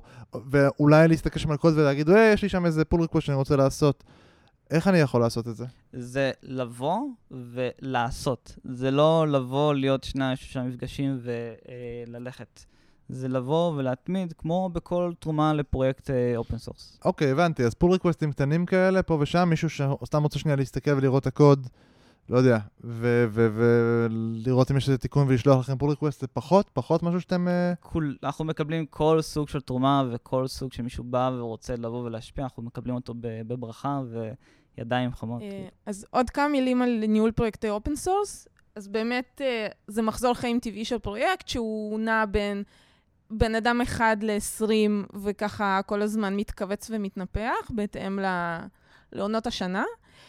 ואולי להסתכל שם על קוד ולהגיד, יש לי שם איזה פול ריקווסט שאני רוצה לעשות, איך אני יכול לעשות את זה? זה לבוא ולעשות. זה לא לבוא להיות 2-3 מפגשים וללכת. זה לבוא ולהתמיד, כמו בכל תרומה לפרויקט אופן סורס. אוקיי, הבנתי. אז פול ריקווסטים קטנים כאלה, פה ושם, מישהו שסתם רוצה שנייה להסתכל ולראות את הקוד, לא יודע, ולראות אם יש איזה תיקון ולשלוח לכם פול ריקווסט, זה פחות משהו שאתם... אנחנו מקבלים כל סוג של תרומה, וכל סוג שמישהו בא ורוצה לבוא ולהשפיע, אנחנו מקבלים אותו בברכה וידיים חמות. אז עוד כמה מילים על ניהול פרויקטי אופן סורס. אז באמת זה מחזור חיים טבעי של פרויקט, שהוא נע בין אדם אחד ל-20, וככה כל הזמן מתכווץ ומתנפח, בהתאם לעונות השנה.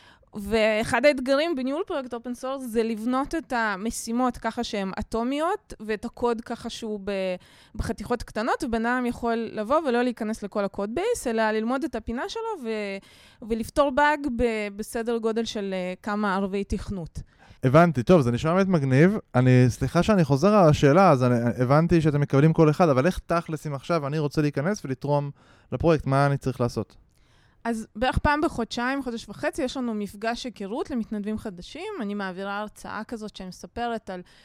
ואחד האתגרים בניהול פרויקט אופן סורס זה לבנות את המשימות ככה שהן אטומיות, ואת הקוד ככה שהוא בחתיכות קטנות, ובן אדם יכול לבוא ולא להיכנס לכל הקוד בייס, אלא ללמוד את הפינה שלו ולפתור באג בסדר גודל של כמה ערבי תכנות. הבנתי, טוב, זה נשמע באמת מגניב. סליחה שאני חוזר על השאלה, אז הבנתי שאתם מקבלים כל אחד, אבל איך תכלס אם עכשיו אני רוצה להיכנס ולתרום לפרויקט, מה אני צריך לעשות? אז בערך פעם בחודשיים, חודש וחצי, יש לנו מפגש היכרות למתנדבים חדשים. אני מעבירה הרצאה כזאת שמספרת על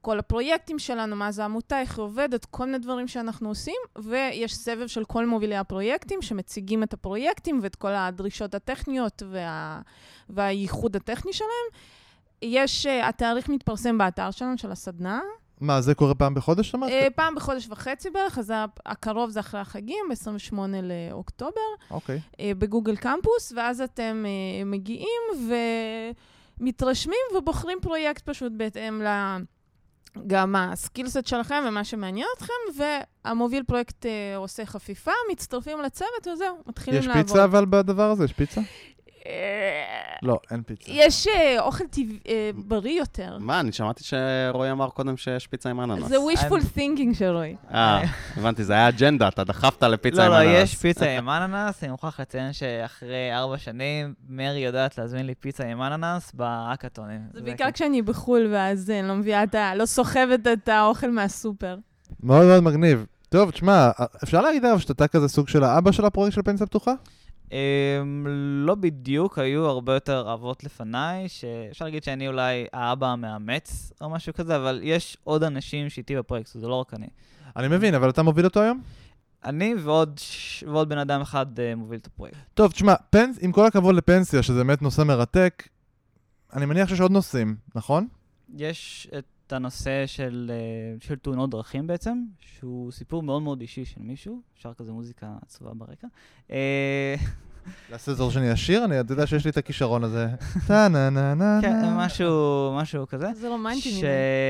כל הפרויקטים שלנו, מה זה עמותה, איך היא עובדת, כל מיני דברים שאנחנו עושים, ויש סבב של כל מובילי הפרויקטים שמציגים את הפרויקטים ואת כל הדרישות הטכניות והייחוד הטכני שלהם. התאריך מתפרסם באתר שלנו, של הסדנה. מה, זה קורה פעם בחודש? פעם בחודש וחצי בערך, אז הקרוב זה אחרי החגים, ב-28 לאוקטובר, אוקיי. בגוגל קמפוס, ואז אתם מגיעים ומתרשמים ובוחרים פרויקט פשוט בהתאם גם הסקילסט שלכם ומה שמעניין אתכם, והמוביל פרויקט עושה חפיפה, מצטרפים לצוות וזהו, מתחילים לעבוד. יש פיצה אבל בדבר הזה? יש פיצה? לא, אין פיצה. יש אוכל בריא יותר. מה, אני שמעתי שרועי אמר קודם שיש פיצה עם אננס. זה wishful thinking של רועי. הבנתי, זה היה אג'נדה, אתה דחפת לפיצה עם אננס. לא, יש פיצה עם אננס, אני מוכרח לציין שאחרי 4 שנים, מרי יודעת להזמין לי פיצה עם אננס בהאקתונים. זה בעיקר כשאני בחול, ואז אני לא מביאה לא סוחבת את האוכל מהסופר. מאוד מאוד מגניב. טוב, תשמע, אפשר להגיד עליו שאתה כזה סוג של האבא של הפרויקט של פנסיה פתוחה? לא בדיוק, היו הרבה יותר אבות לפניי, שאפשר להגיד שאני אולי האבא המאמץ או משהו כזה, אבל יש עוד אנשים שאיתי בפרויקט, זה לא רק אני. אני מבין, אבל אתה מוביל אותו היום? אני ועוד בן אדם אחד מוביל את הפרויקט. טוב, תשמע, עם כל הכבוד לפנסיה, שזה באמת נושא מרתק, אני מניח שיש עוד נושאים, נכון? יש את הנושא של תאונות דרכים בעצם, שהוא סיפור מאוד מאוד אישי של מישהו, אפשר כזה מוזיקה עצובה ברקע. לעשות אזור שאני אשיר? אני יודע שיש לי את הכישרון הזה. כן, משהו כזה. זה רומנטי מדי.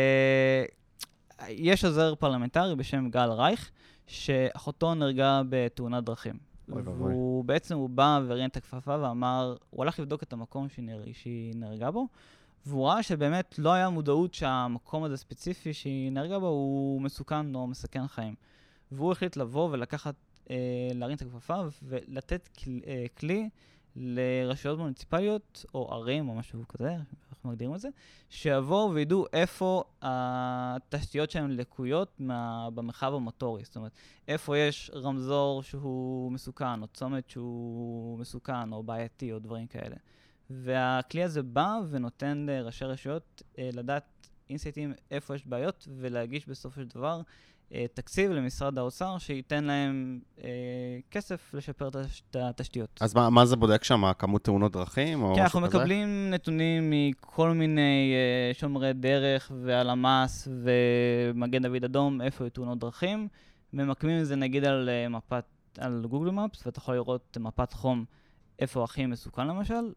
יש עוזר פרלמנטרי בשם גל רייך, שאחותו נהרגה בתאונת דרכים. והוא בעצם, הוא בא והרים את הכפפה ואמר, הוא הלך לבדוק את המקום שהיא נהרגה בו, והוא ראה שבאמת לא היה מודעות שהמקום הזה ספציפי שהיא נהרגה בו הוא מסוכן או מסכן חיים. והוא החליט לבוא ולקחת, להרים את הכפפה ולתת כלי לרשויות מוניציפליות או ערים או משהו כזה, אנחנו מגדירים את זה, שיבואו וידעו איפה התשתיות שהן לקויות במרחב המוטורי. זאת אומרת, איפה יש רמזור שהוא מסוכן או צומת שהוא מסוכן או בעייתי או דברים כאלה. והכלי הזה בא ונותן לראשי רשויות לדעת אינסייטים איפה יש בעיות ולהגיש בסופו של דבר תקציב למשרד האוצר שייתן להם כסף לשפר את התשתיות. אז מה זה בודק שם? כמות תאונות דרכים או משהו כזה? כן, אנחנו מקבלים נתונים מכל מיני שומרי דרך והלמ"ס ומגן דוד אדום, איפה יש תאונות דרכים. ממקמים את זה נגיד על גוגל מפס, ואתה יכול לראות מפת חום איפה הכי מסוכן למשל,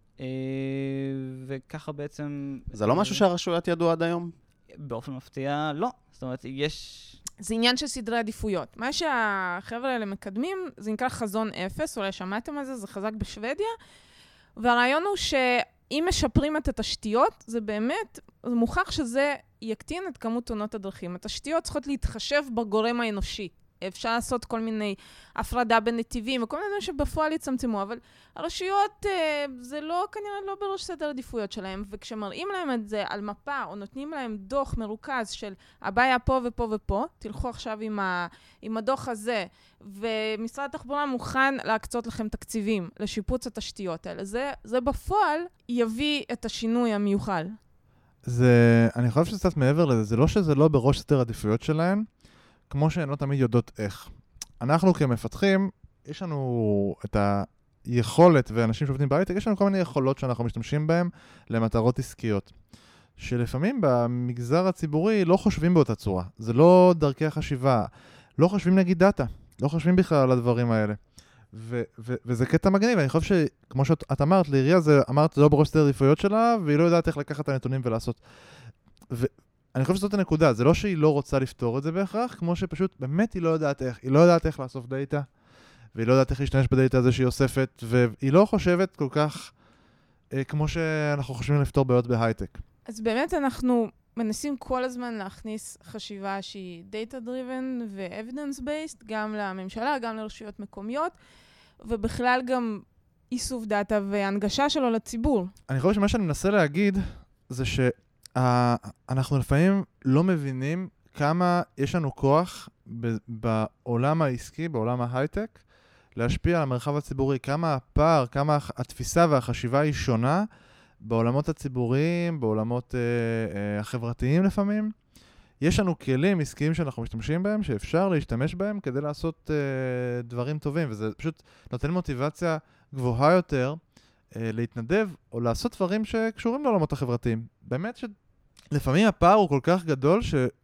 וככה בעצם... זה לא משהו שהרשויות ידעו עד היום? באופן מפתיע, לא. זאת אומרת, יש... זה עניין של סדרי עדיפויות. מה שהחבר'ה האלה מקדמים, זה נקרא חזון אפס, אולי שמעתם על זה, זה חזק בשוודיה, והרעיון הוא שאם משפרים את התשתיות, זה באמת, זה מוכח שזה יקטין את כמות תאונות הדרכים. התשתיות צריכות להתחשב בגורם האנושי. אפשר לעשות כל מיני הפרדה בין נתיבים וכל מיני דברים שבפועל יצמצמו, אבל הרשויות זה לא, כנראה לא בראש סדר עדיפויות שלהם, וכשמראים להם את זה על מפה או נותנים להם דוח מרוכז של הבעיה פה ופה ופה, תלכו עכשיו עם הדוח הזה, ומשרד התחבורה מוכן להקצות לכם תקציבים לשיפוץ התשתיות האלה. זה בפועל יביא את השינוי המיוחל. אני חושב שזה קצת מעבר לזה, זה לא שזה לא בראש סדר עדיפויות שלהם, כמו שהן לא תמיד יודעות איך. אנחנו כמפתחים, יש לנו את היכולת, ואנשים שעובדים בהייטק, יש לנו כל מיני יכולות שאנחנו משתמשים בהן למטרות עסקיות. שלפעמים במגזר הציבורי לא חושבים באותה צורה. זה לא דרכי החשיבה. לא חושבים נגיד דאטה. לא חושבים בכלל על הדברים האלה. וזה קטע מגניב. אני חושב שכמו שאת אמרת, לעירייה זה אמרת, זה לא בראש סדר עדיפויות שלה, והיא לא יודעת איך לקחת את הנתונים ולעשות. אני חושב שזאת הנקודה, זה לא שהיא לא רוצה לפתור את זה בהכרח, כמו שפשוט באמת היא לא יודעת איך. היא לא יודעת איך לאסוף דאטה, והיא לא יודעת איך להשתמש בדאטה הזה שהיא אוספת, והיא לא חושבת כל כך כמו שאנחנו חושבים לפתור בעיות בהייטק. אז באמת אנחנו מנסים כל הזמן להכניס חשיבה שהיא data-driven ו-evidence-based, גם לממשלה, גם לרשויות מקומיות, ובכלל גם איסוף דאטה והנגשה שלו לציבור. אני חושב שמה שאני מנסה להגיד זה אנחנו לפעמים לא מבינים כמה יש לנו כוח בעולם העסקי, בעולם ההייטק, להשפיע על המרחב הציבורי, כמה הפער, כמה התפיסה והחשיבה היא שונה בעולמות הציבוריים, בעולמות החברתיים לפעמים, יש לנו כלים עסקיים שאנחנו משתמשים בהם, שאפשר להשתמש בהם כדי לעשות דברים טובים, וזה פשוט נותן מוטיבציה גבוהה יותר להתנדב, או לעשות דברים שקשורים לעולמות החברתיים. באמת שלפעמים הפער הוא כל כך גדול,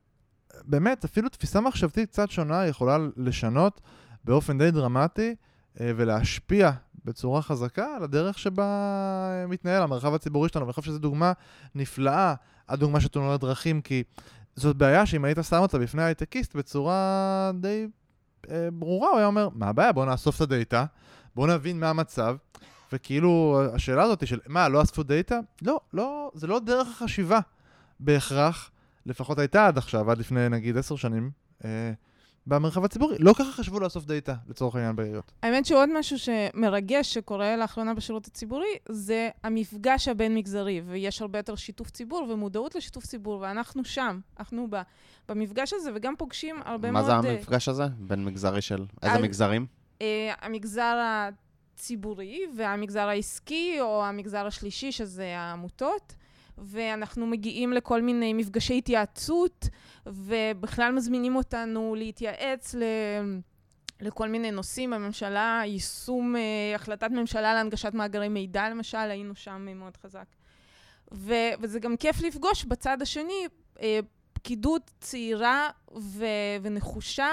שבאמת אפילו תפיסה מחשבתית קצת שונה יכולה לשנות באופן די דרמטי, ולהשפיע בצורה חזקה על הדרך שבה מתנהל המרחב הציבורי שלנו. ואני חושב שזו דוגמה נפלאה, הדוגמה של תאונות דרכים, כי זאת בעיה שאם היית שם אותה בפני הייטקיסט בצורה די ברורה, הוא היה אומר, מה הבעיה? בואו נאסוף את הדאטה, בואו נבין מה המצב, וכאילו השאלה הזאת של, מה, לא אספו דאטה? לא, זה לא דרך החשיבה בהכרח, לפחות הייתה עד עכשיו, עד לפני נגיד 10 שנים, במרחב הציבורי. לא ככה חשבו לאסוף דאטה לצורך העניין בעיריות. האמת שעוד משהו שמרגש שקורה לאחרונה בשירות הציבורי, זה המפגש הבין מגזרי, ויש הרבה יותר שיתוף ציבור ומודעות לשיתוף ציבור, ואנחנו שם, אנחנו במפגש הזה, וגם פוגשים הרבה מאוד... מה זה המפגש הזה? בין מגזרי של איזה מגזרים? המגזר הציבורי והמגזר העסקי, או המגזר השלישי, שזה העמותות, ואנחנו מגיעים לכל מיני מפגשי התייעצות, ובכלל מזמינים אותנו להתייעץ לכל מיני נושאים בממשלה, יישום החלטת ממשלה להנגשת מאגרי מידע, למשל, היינו שם מאוד חזק. וזה גם כיף לפגוש בצד השני, פקידות צעירה ונחושה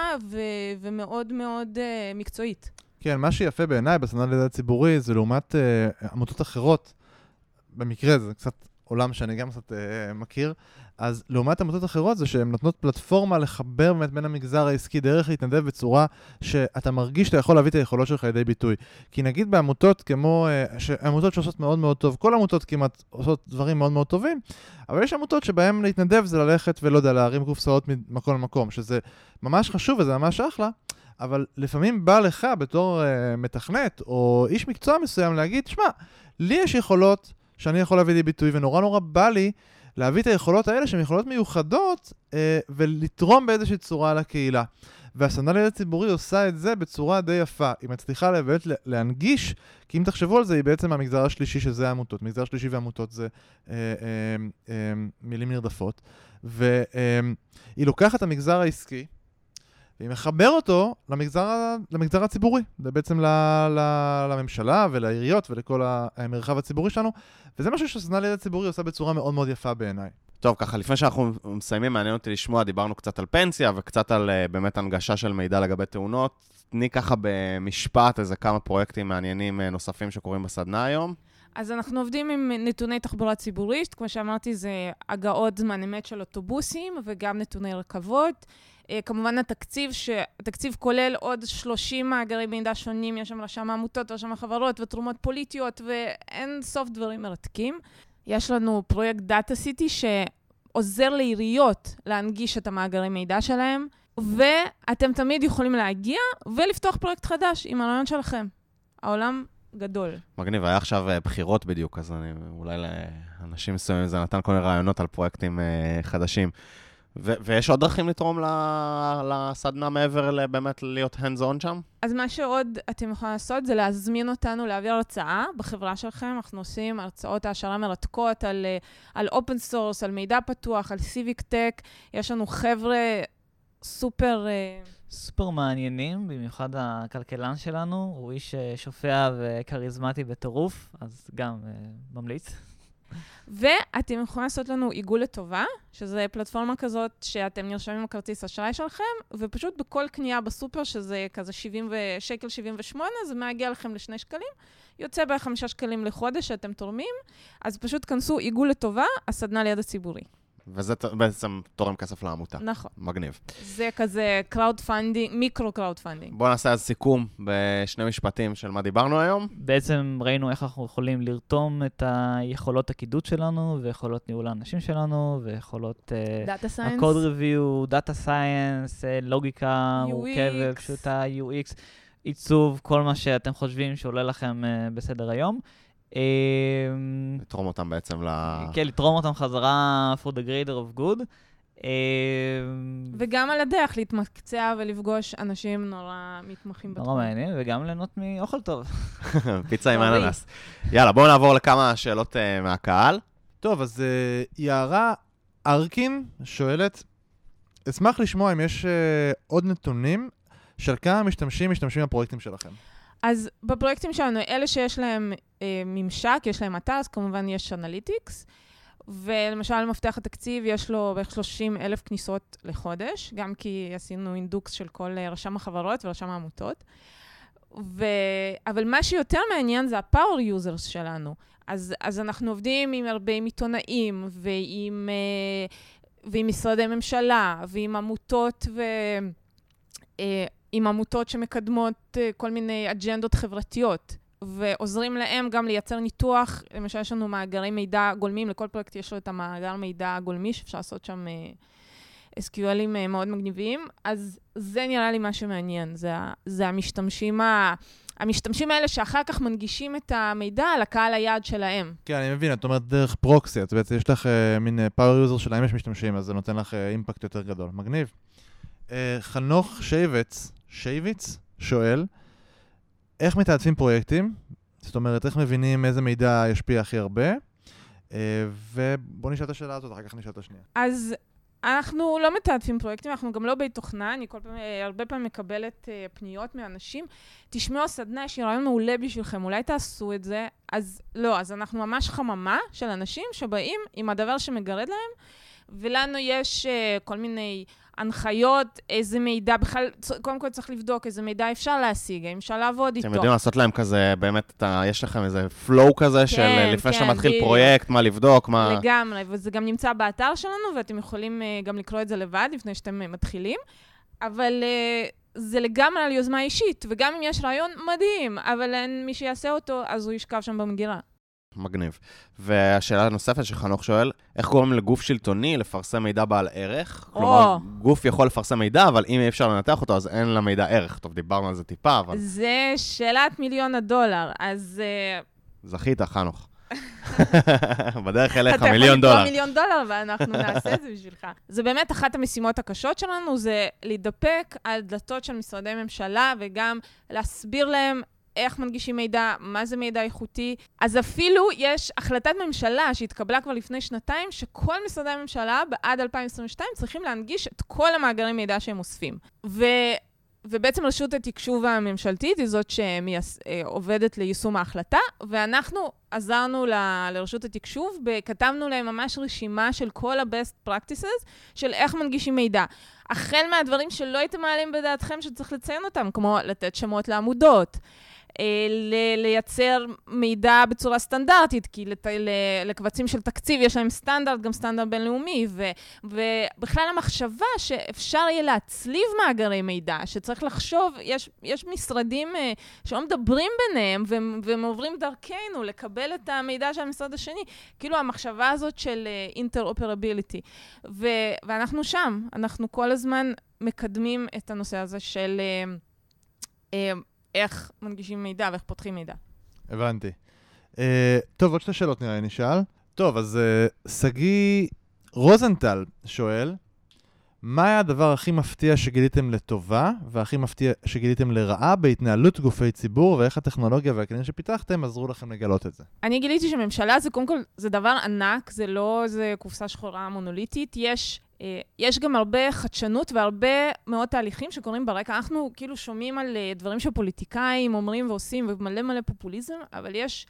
ומאוד מאוד מקצועית. כן, מה שיפה בעיניי בסדנה לידע ציבורי, זה לעומת עמותות אחרות, במקרה זה קצת עולם שאני גם קצת מכיר, אז לעומת עמותות אחרות זה שהן נותנות פלטפורמה לחבר באמת בין המגזר העסקי דרך להתנדב בצורה שאתה מרגיש שאתה יכול להביא את היכולות שלך לידי ביטוי. כי נגיד בעמותות כמו, עמותות שעושות מאוד מאוד טוב, כל עמותות כמעט עושות דברים מאוד מאוד טובים, אבל יש עמותות שבהן להתנדב זה ללכת ולא יודע, להרים קופסאות ממקום למקום, שזה ממש חשוב וזה ממש אחלה, אבל לפעמים בא לך בתור מתכנת או איש מקצוע מסוים להגיד, שמע, לי יש יכולות שאני יכול להביא לי ביטוי, ונורא נורא בא לי להביא את היכולות האלה שהן יכולות מיוחדות ולתרום באיזושהי צורה לקהילה. והסדנה לידע ציבורי עושה את זה בצורה די יפה. היא מצליחה להנגיש, כי אם תחשבו על זה, היא בעצם המגזר השלישי שזה העמותות. מגזר שלישי ועמותות זה מילים נרדפות. והיא לוקחת את המגזר העסקי, והיא מחבר אותו למגזר הציבורי, בעצם לממשלה ולעיריות ולכל המרחב הציבורי שלנו, וזה משהו שהסדנה לידע ציבורי עושה בצורה מאוד מאוד יפה בעיניי. טוב, ככה, לפני שאנחנו מסיימים, מעניין אותי לשמוע, דיברנו קצת על פנסיה וקצת על באמת הנגשה של מידע לגבי תאונות. תני ככה במשפט איזה כמה פרויקטים מעניינים נוספים שקורים בסדנה היום. אז אנחנו עובדים עם נתוני תחבורה ציבורית, כמו שאמרתי, זה הגעות זמן אמת של אוטובוסים וגם נתוני רכבות. כמובן התקציב כולל עוד 30 מאגרי מידע שונים, יש שם רשם העמותות, רשם החברות ותרומות פוליטיות ואין סוף דברים מרתקים. יש לנו פרויקט דאטה סיטי שעוזר לעיריות להנגיש את המאגרי מידע שלהם, ואתם תמיד יכולים להגיע ולפתוח פרויקט חדש עם הרעיון שלכם. העולם גדול. מגניב, היה עכשיו בחירות בדיוק, אז אולי לאנשים מסוימים זה נתן כל מיני רעיונות על פרויקטים חדשים. ויש עוד דרכים לתרום לסדנה מעבר לבאמת להיות hands on שם? אז מה שעוד אתם יכולים לעשות זה להזמין אותנו להעביר הרצאה בחברה שלכם. אנחנו עושים הרצאות העשרה מרתקות על open source, על מידע פתוח, על civic tech. יש לנו חבר'ה סופר מעניינים, במיוחד הכלכלן שלנו. הוא איש שופע וקריזמטי בטירוף, אז גם ממליץ. ואתם יכולים לעשות לנו עיגול לטובה, שזה פלטפורמה כזאת שאתם נרשמים בכרטיס אשראי שלכם, ופשוט בכל קנייה בסופר, שזה כזה 78, זה מגיע לכם ל2 שקלים, יוצא ב5 שקלים לחודש שאתם תורמים, אז פשוט כנסו עיגול לטובה, הסדנה לידע ציבורי. וזה בעצם תורם כסף לעמותה. נכון. מגניב. זה כזה קראודפנדינג, מיקרו קראודפנדינג. בואו נעשה אז סיכום בשני משפטים של מה דיברנו היום. בעצם ראינו איך אנחנו יכולים לרתום את היכולות הקידוד שלנו, ויכולות ניהול האנשים שלנו, ויכולות דאטה סיינס. הקוד ריוויו, דאטה סיינס, לוגיקה מורכבת, פשוטה, UX, עיצוב, כל מה שאתם חושבים שעולה לכם בסדר היום. לתרום אותם בעצם כן, לתרום אותם חזרה for the greater of good. וגם על הדרך להתמקצע ולפגוש אנשים נורא מתמחים בתחום. נורא מעניין, וגם ליהנות מאוכל טוב. פיצה עם אננס. יאללה, בואו נעבור לכמה שאלות מהקהל. טוב, אז יערה ארקין שואלת, אשמח לשמוע אם יש עוד נתונים של כמה משתמשים בפרויקטים שלכם. אז בפרויקטים שלנו, אלה שיש להם ממשק, יש להם אתר, אז כמובן יש אנליטיקס, ולמשל מפתח התקציב יש לו בערך 30,000 כניסות לחודש, גם כי עשינו אינדוקס של כל רשם החברות ורשם העמותות. אבל מה שיותר מעניין זה ה-power users שלנו. אז אנחנו עובדים עם הרבה עיתונאים, ועם משרדי ממשלה, ועם עמותות עם עמותות שמקדמות כל מיני אג'נדות חברתיות, ועוזרים להם גם לייצר ניתוח. למשל, יש לנו מאגרי מידע גולמים, לכל פרויקט יש לו את המאגר מידע הגולמי, שאפשר לעשות שם SQLים מאוד מגניבים, אז זה נראה לי מה שמעניין, זה המשתמשים האלה שאחר כך מנגישים את המידע לקהל היעד שלהם. כן, אני מבין, את אומרת דרך פרוקסי, אז בעצם יש לך מין power user שלהם יש משתמשים, אז זה נותן לך אימפקט יותר גדול. מגניב. חנוך שייביץ שואל, איך מתעדפים פרויקטים? זאת אומרת, איך מבינים איזה מידע ישפיע הכי הרבה? ובוא נשאל את השאלה הזאת, אחר כך נשאל את השנייה. אז אנחנו לא מתעדפים פרויקטים, אנחנו גם לא בית תוכנה, אני הרבה פעמים מקבלת פניות מאנשים, תשמעו סדנה, יש לי רעיון מעולה בשבילכם, אולי תעשו את זה. אז לא, אז אנחנו ממש חממה של אנשים שבאים עם הדבר שמגרד להם, ולנו יש כל מיני הנחיות, איזה מידע, בכלל, קודם כל צריך לבדוק איזה מידע אפשר להשיג, אם אפשר לעבוד איתו. אתם יודעים לעשות להם כזה, באמת, יש לכם איזה flow כזה של לפני שאתה מתחיל פרויקט, מה לבדוק, מה... לגמרי, וזה גם נמצא באתר שלנו, ואתם יכולים גם לקרוא את זה לבד לפני שאתם מתחילים, אבל זה לגמרי על יוזמה אישית, וגם אם יש רעיון מדהים, אבל אין מי שיעשה אותו, אז הוא ישכב שם במגירה. מגניב. והשאלה הנוספת שחנוך שואל, איך גורם לגוף שלטוני לפרסם מידע בעל ערך? כלומר, גוף יכול לפרסם מידע, אבל אם אי אפשר לנתח אותו, אז אין לה מידע ערך. טוב, דיברנו על זה טיפה, אבל... זה שאלת $1,000,000, אז... זכית, חנוך. בדרך אליך, $1,000,000. אתה יכול לקרוא $1,000,000, ואנחנו נעשה את זה בשבילך. זה באמת אחת המשימות הקשות שלנו, זה להידפק על דלתות של משרדי ממשלה, וגם להסביר להם איך מנגישים מידע, מה זה מידע איכותי. אז אפילו יש החלטת ממשלה שהתקבלה כבר לפני 2 שכל משרדי הממשלה בעד 2022 צריכים להנגיש את כל המאגרי מידע שהם אוספים. ובעצם רשות התקשוב הממשלתית היא זאת שעובדת ליישום ההחלטה, ואנחנו עזרנו לרשות התקשוב, וכתבנו להם ממש רשימה של כל ה-best practices של איך מנגישים מידע. החל מהדברים שלא הייתם מעלים בדעתכם שצריך לציין אותם, כמו לתת שמות לעמודות, לייצר מידע בצורה סטנדרטית, כי לקבצים של תקציב יש להם סטנדרט, גם סטנדרט בינלאומי, ובכלל המחשבה שאפשר יהיה להצליב מאגרי מידע, שצריך לחשוב, יש משרדים שלא מדברים ביניהם, והם עוברים דרכנו לקבל את המידע של המשרד השני, כאילו המחשבה הזאת של interoperability. ואנחנו שם, אנחנו כל הזמן מקדמים את הנושא הזה של... איך מנגישים מידע ואיך פותחים מידע. הבנתי. טוב, עוד 2 שאלות נראה לי נשאל. טוב, אז סגי רוזנטל שואל, מה היה הדבר הכי מפתיע שגיליתם לטובה, והכי מפתיע שגיליתם לרעה בהתנהלות גופי ציבור, ואיך הטכנולוגיה והכלים שפיתחתם עזרו לכם לגלות את זה? אני גיליתי שממשלה זה קודם כל, זה דבר ענק, זה לא איזה קופסה שחורה מונוליטית, יש גם הרבה חדשנות והרבה מאוד תהליכים שקורים ברקע. אנחנו כאילו שומעים על דברים שפוליטיקאים אומרים ועושים, ומלא פופוליזם, אבל יש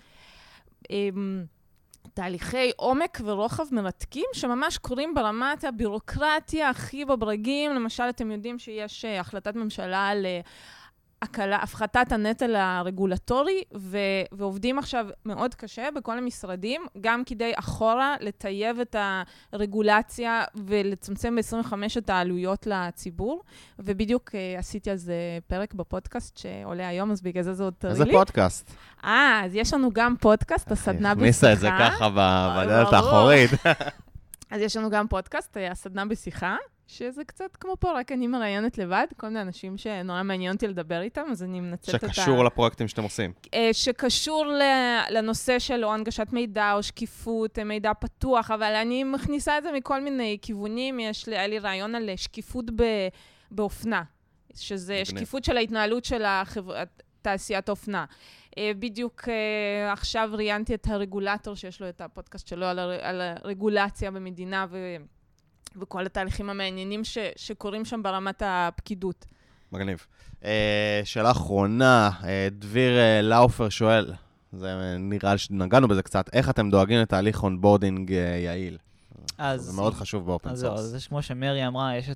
תהליכי עומק ורוחב מרתקים, שממש קורים ברמת הבירוקרטיה הכי בברגים. למשל, אתם יודעים שיש החלטת ממשלה על הפחתת הנטל הרגולטורי, ועובדים עכשיו מאוד קשה בכל המשרדים, גם כדי אחורה לטייב את הרגולציה ולצמצם ב-25 את העלויות לציבור. ובדיוק עשיתי על זה פרק בפודקאסט שעולה היום, אז בגלל זה עוד תראי לי. איזה פודקאסט? אז יש לנו גם פודקאסט, הסדנה בשיחה. הכניסה את זה ככה בדלת האחורית. אז יש לנו גם פודקאסט, הסדנה בשיחה, שזה קצת כמו פה, רק אני מראיינת לבד, כל מיני אנשים שנורא מעניין אותי לדבר איתם, אז אני מנצלת אותה. שקשור לפרויקטים שאתם עושים. שקשור לנושא של או הנגשת מידע או שקיפות, מידע פתוח, אבל אני מכניסה את זה מכל מיני כיוונים. היה לי רעיון על שקיפות באופנה, שזה שקיפות של ההתנהלות של תעשיית האופנה. בדיוק עכשיו ראיינתי את הרגולטור שיש לו את הפודקאסט שלו על הרגולציה במדינה, וכל התהליכים המעניינים שקורים שם ברמת הפקידות. מגניב. שאלה אחרונה, דביר לאופר שואל, זה נראה לי שנגענו בזה קצת, איך אתם דואגים לתהליך אונבורדינג יעיל? זה מאוד חשוב באופן סורס. אז כמו שמרי אמרה, יש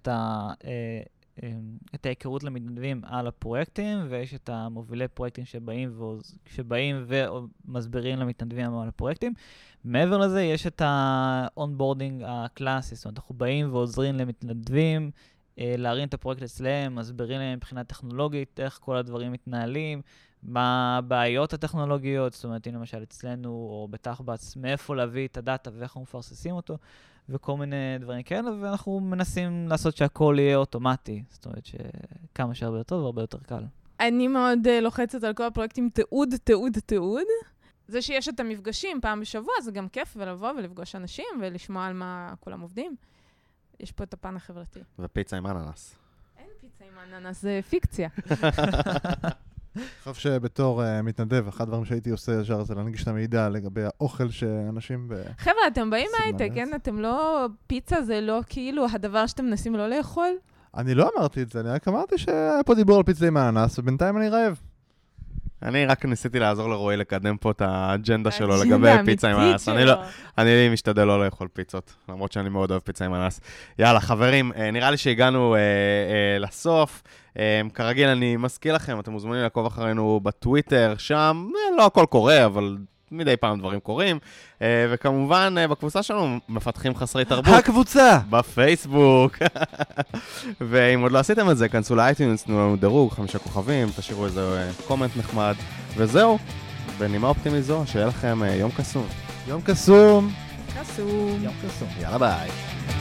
את ההיכרות למתנדבים על הפרויקטים, ויש את המובילי פרויקטים שבאים ומסבירים למתנדבים על הפרויקטים. מעבר לזה, יש את האונבורדינג הקלאסי, זאת אומרת, אנחנו באים ועוזרים למתנדבים, להרים את הפרויקט אצלם, מסבירים להם מבחינה טכנולוגית, איך כל הדברים מתנהלים, מה הבעיות הטכנולוגיות, זאת אומרת, הנה למשל אצלנו, או בתחב"צ, מאיפה להביא את הדאטה ואיך אנחנו מפרססים אותו, וכל מיני דברים כאלה, ואנחנו מנסים לעשות שהכל יהיה אוטומטי, זאת אומרת שכמה שהרבה יותר טוב והרבה יותר קל. אני מאוד לוחצת על כל הפרויקטים תיעוד. זה שיש את המפגשים פעם בשבוע, זה גם כיף ולבוא ולפגוש אנשים ולשמוע על מה כולם עובדים. יש פה את הפן החברתי. ופיצה עם אננס. אין פיצה עם אננס, זה פיקציה. אני חושב שבתור מתנדב, אחד הדברים שהייתי עושה ישר זה להנגיש את המידע לגבי האוכל שאנשים חבר'ה, אתם באים מהייטק, כן? אתם לא... פיצה זה לא כאילו הדבר שאתם מנסים לא לאכול? אני לא אמרתי את זה, אני רק אמרתי שהיה פה דיבור על פיצה עם האננס, ובינתיים אני רעב. אני רק ניסיתי לעזור לרועי לקדם פה את האג'נדה שלו לגבי פיצה עם אננס. אני משתדל לא לאכול פיצות, למרות שאני מאוד אוהב פיצה עם אננס. יאללה, חברים, נראה לי שהגענו לסוף. כרגיל, אני מזכיר לכם, אתם מוזמנים לעקוב אחרינו בטוויטר, שם לא הכל קורה, אבל מדי פעם דברים קורים. וכמובן, בקבוצה שלנו מפתחים חסרי תרבות. הקבוצה! בפייסבוק. ואם עוד לא עשיתם את זה, כנסו לאייטיונס, תנו לנו דירוג, 5 כוכבים, תשאירו איזה קומנט נחמד. וזהו, בנימה אופטימית זו, שיהיה לכם יום קסום. יום קסום. קסום. יום קסום. יאללה ביי.